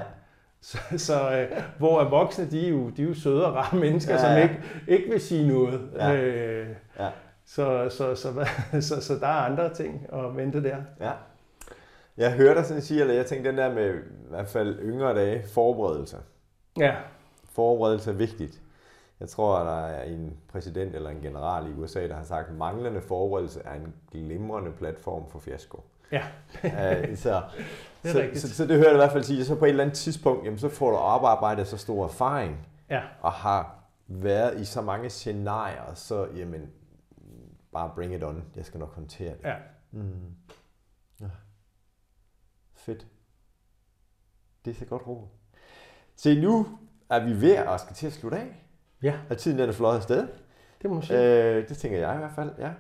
Så hvor er voksne, de er jo søde og rare mennesker, som ikke vil sige noget. Ja. Så der er andre ting at vente der. Ja. Jeg hørte dig sådan sige, eller jeg tænkte den der med i hvert fald yngre dage, forberedelse. Ja. Forberedelse er vigtigt. Jeg tror, at der er en præsident eller en general i USA, der har sagt, at manglende forberedelse er en glimrende platform for fiasko. Ja. Så det hører jeg i hvert fald sige, så på et eller andet tidspunkt, jamen, så får du oparbejdet så stor erfaring, og har været i så mange scenarier, så jamen, bare bring it on. Jeg skal nok håndtere det. Ja. Ja. Fedt. Det er så godt råd. Se, nu er vi ved at skal til at slutte af. Ja. Og tiden er fløjet afsted. Det må man sige. Det tænker jeg i hvert fald, ja.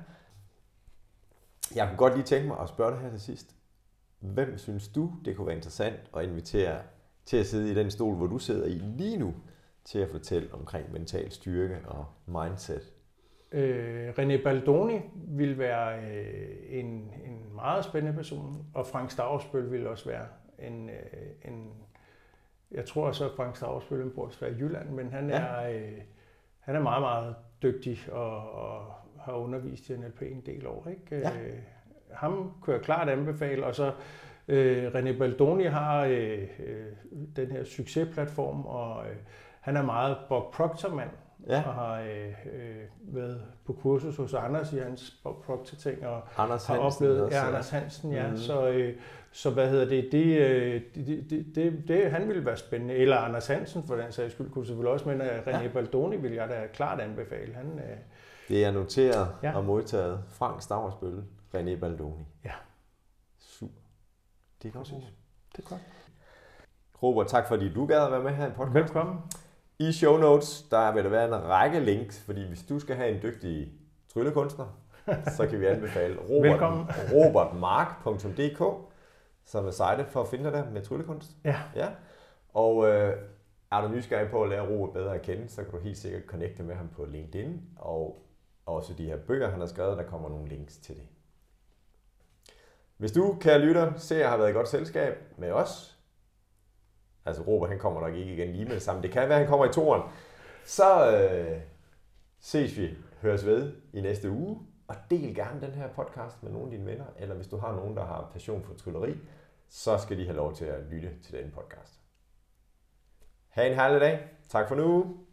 Jeg kunne godt lige tænke mig at spørge dig her til sidst. Hvem synes du, det kunne være interessant at invitere til at sidde i den stol, hvor du sidder i lige nu, til at fortælle omkring mental styrke og mindset? René Baldoni ville være en meget spændende person, og Frank Stavsbøl ville også være en jeg tror også, at Frank Stavsbøl bor i Jylland, men han er meget, meget dygtig og har undervist i NLP en del år. Ikke? Ja. Ham kunne jeg klart anbefale, og så René Baldoni har den her succesplatform, og han er meget Bob Proctor-mand, og har været på kursus hos Anders i hans Bob Proctor-ting, og Anders har Hansen oplevet også, Anders Hansen, ja. Mm-hmm. Så hvad hedder det, han ville være spændende, eller Anders Hansen for den sags skyld, kunne selvfølgelig også, men René Baldoni vil jeg da klart anbefale. Det er noteret og modtaget. Frank Stavsbøl, René Baldoni. Ja. Super. Det er godt. Det er godt. Robert, tak fordi du gad at være med her i podcasten. Velkommen. I show notes, der vil der være en række links, fordi hvis du skal have en dygtig tryllekunstner, så kan vi anbefale robertmark.dk, som er sitet for at finde dig der med tryllekunst. Ja. Og er du nysgerrig på at lære Robert bedre at kende, så kan du helt sikkert connecte med ham på LinkedIn, og også de her bøger, han har skrevet, der kommer nogle links til det. Hvis du, kære lytter, ser at har været i godt selskab med os, altså Robert, han kommer nok ikke igen lige med det samme, det kan være, han kommer i toren, så ses vi, høres ved i næste uge, og del gerne den her podcast med nogle af dine venner, eller hvis du har nogen, der har passion for trylleri, så skal de have lov til at lytte til den podcast. Ha' en herlig dag. Tak for nu.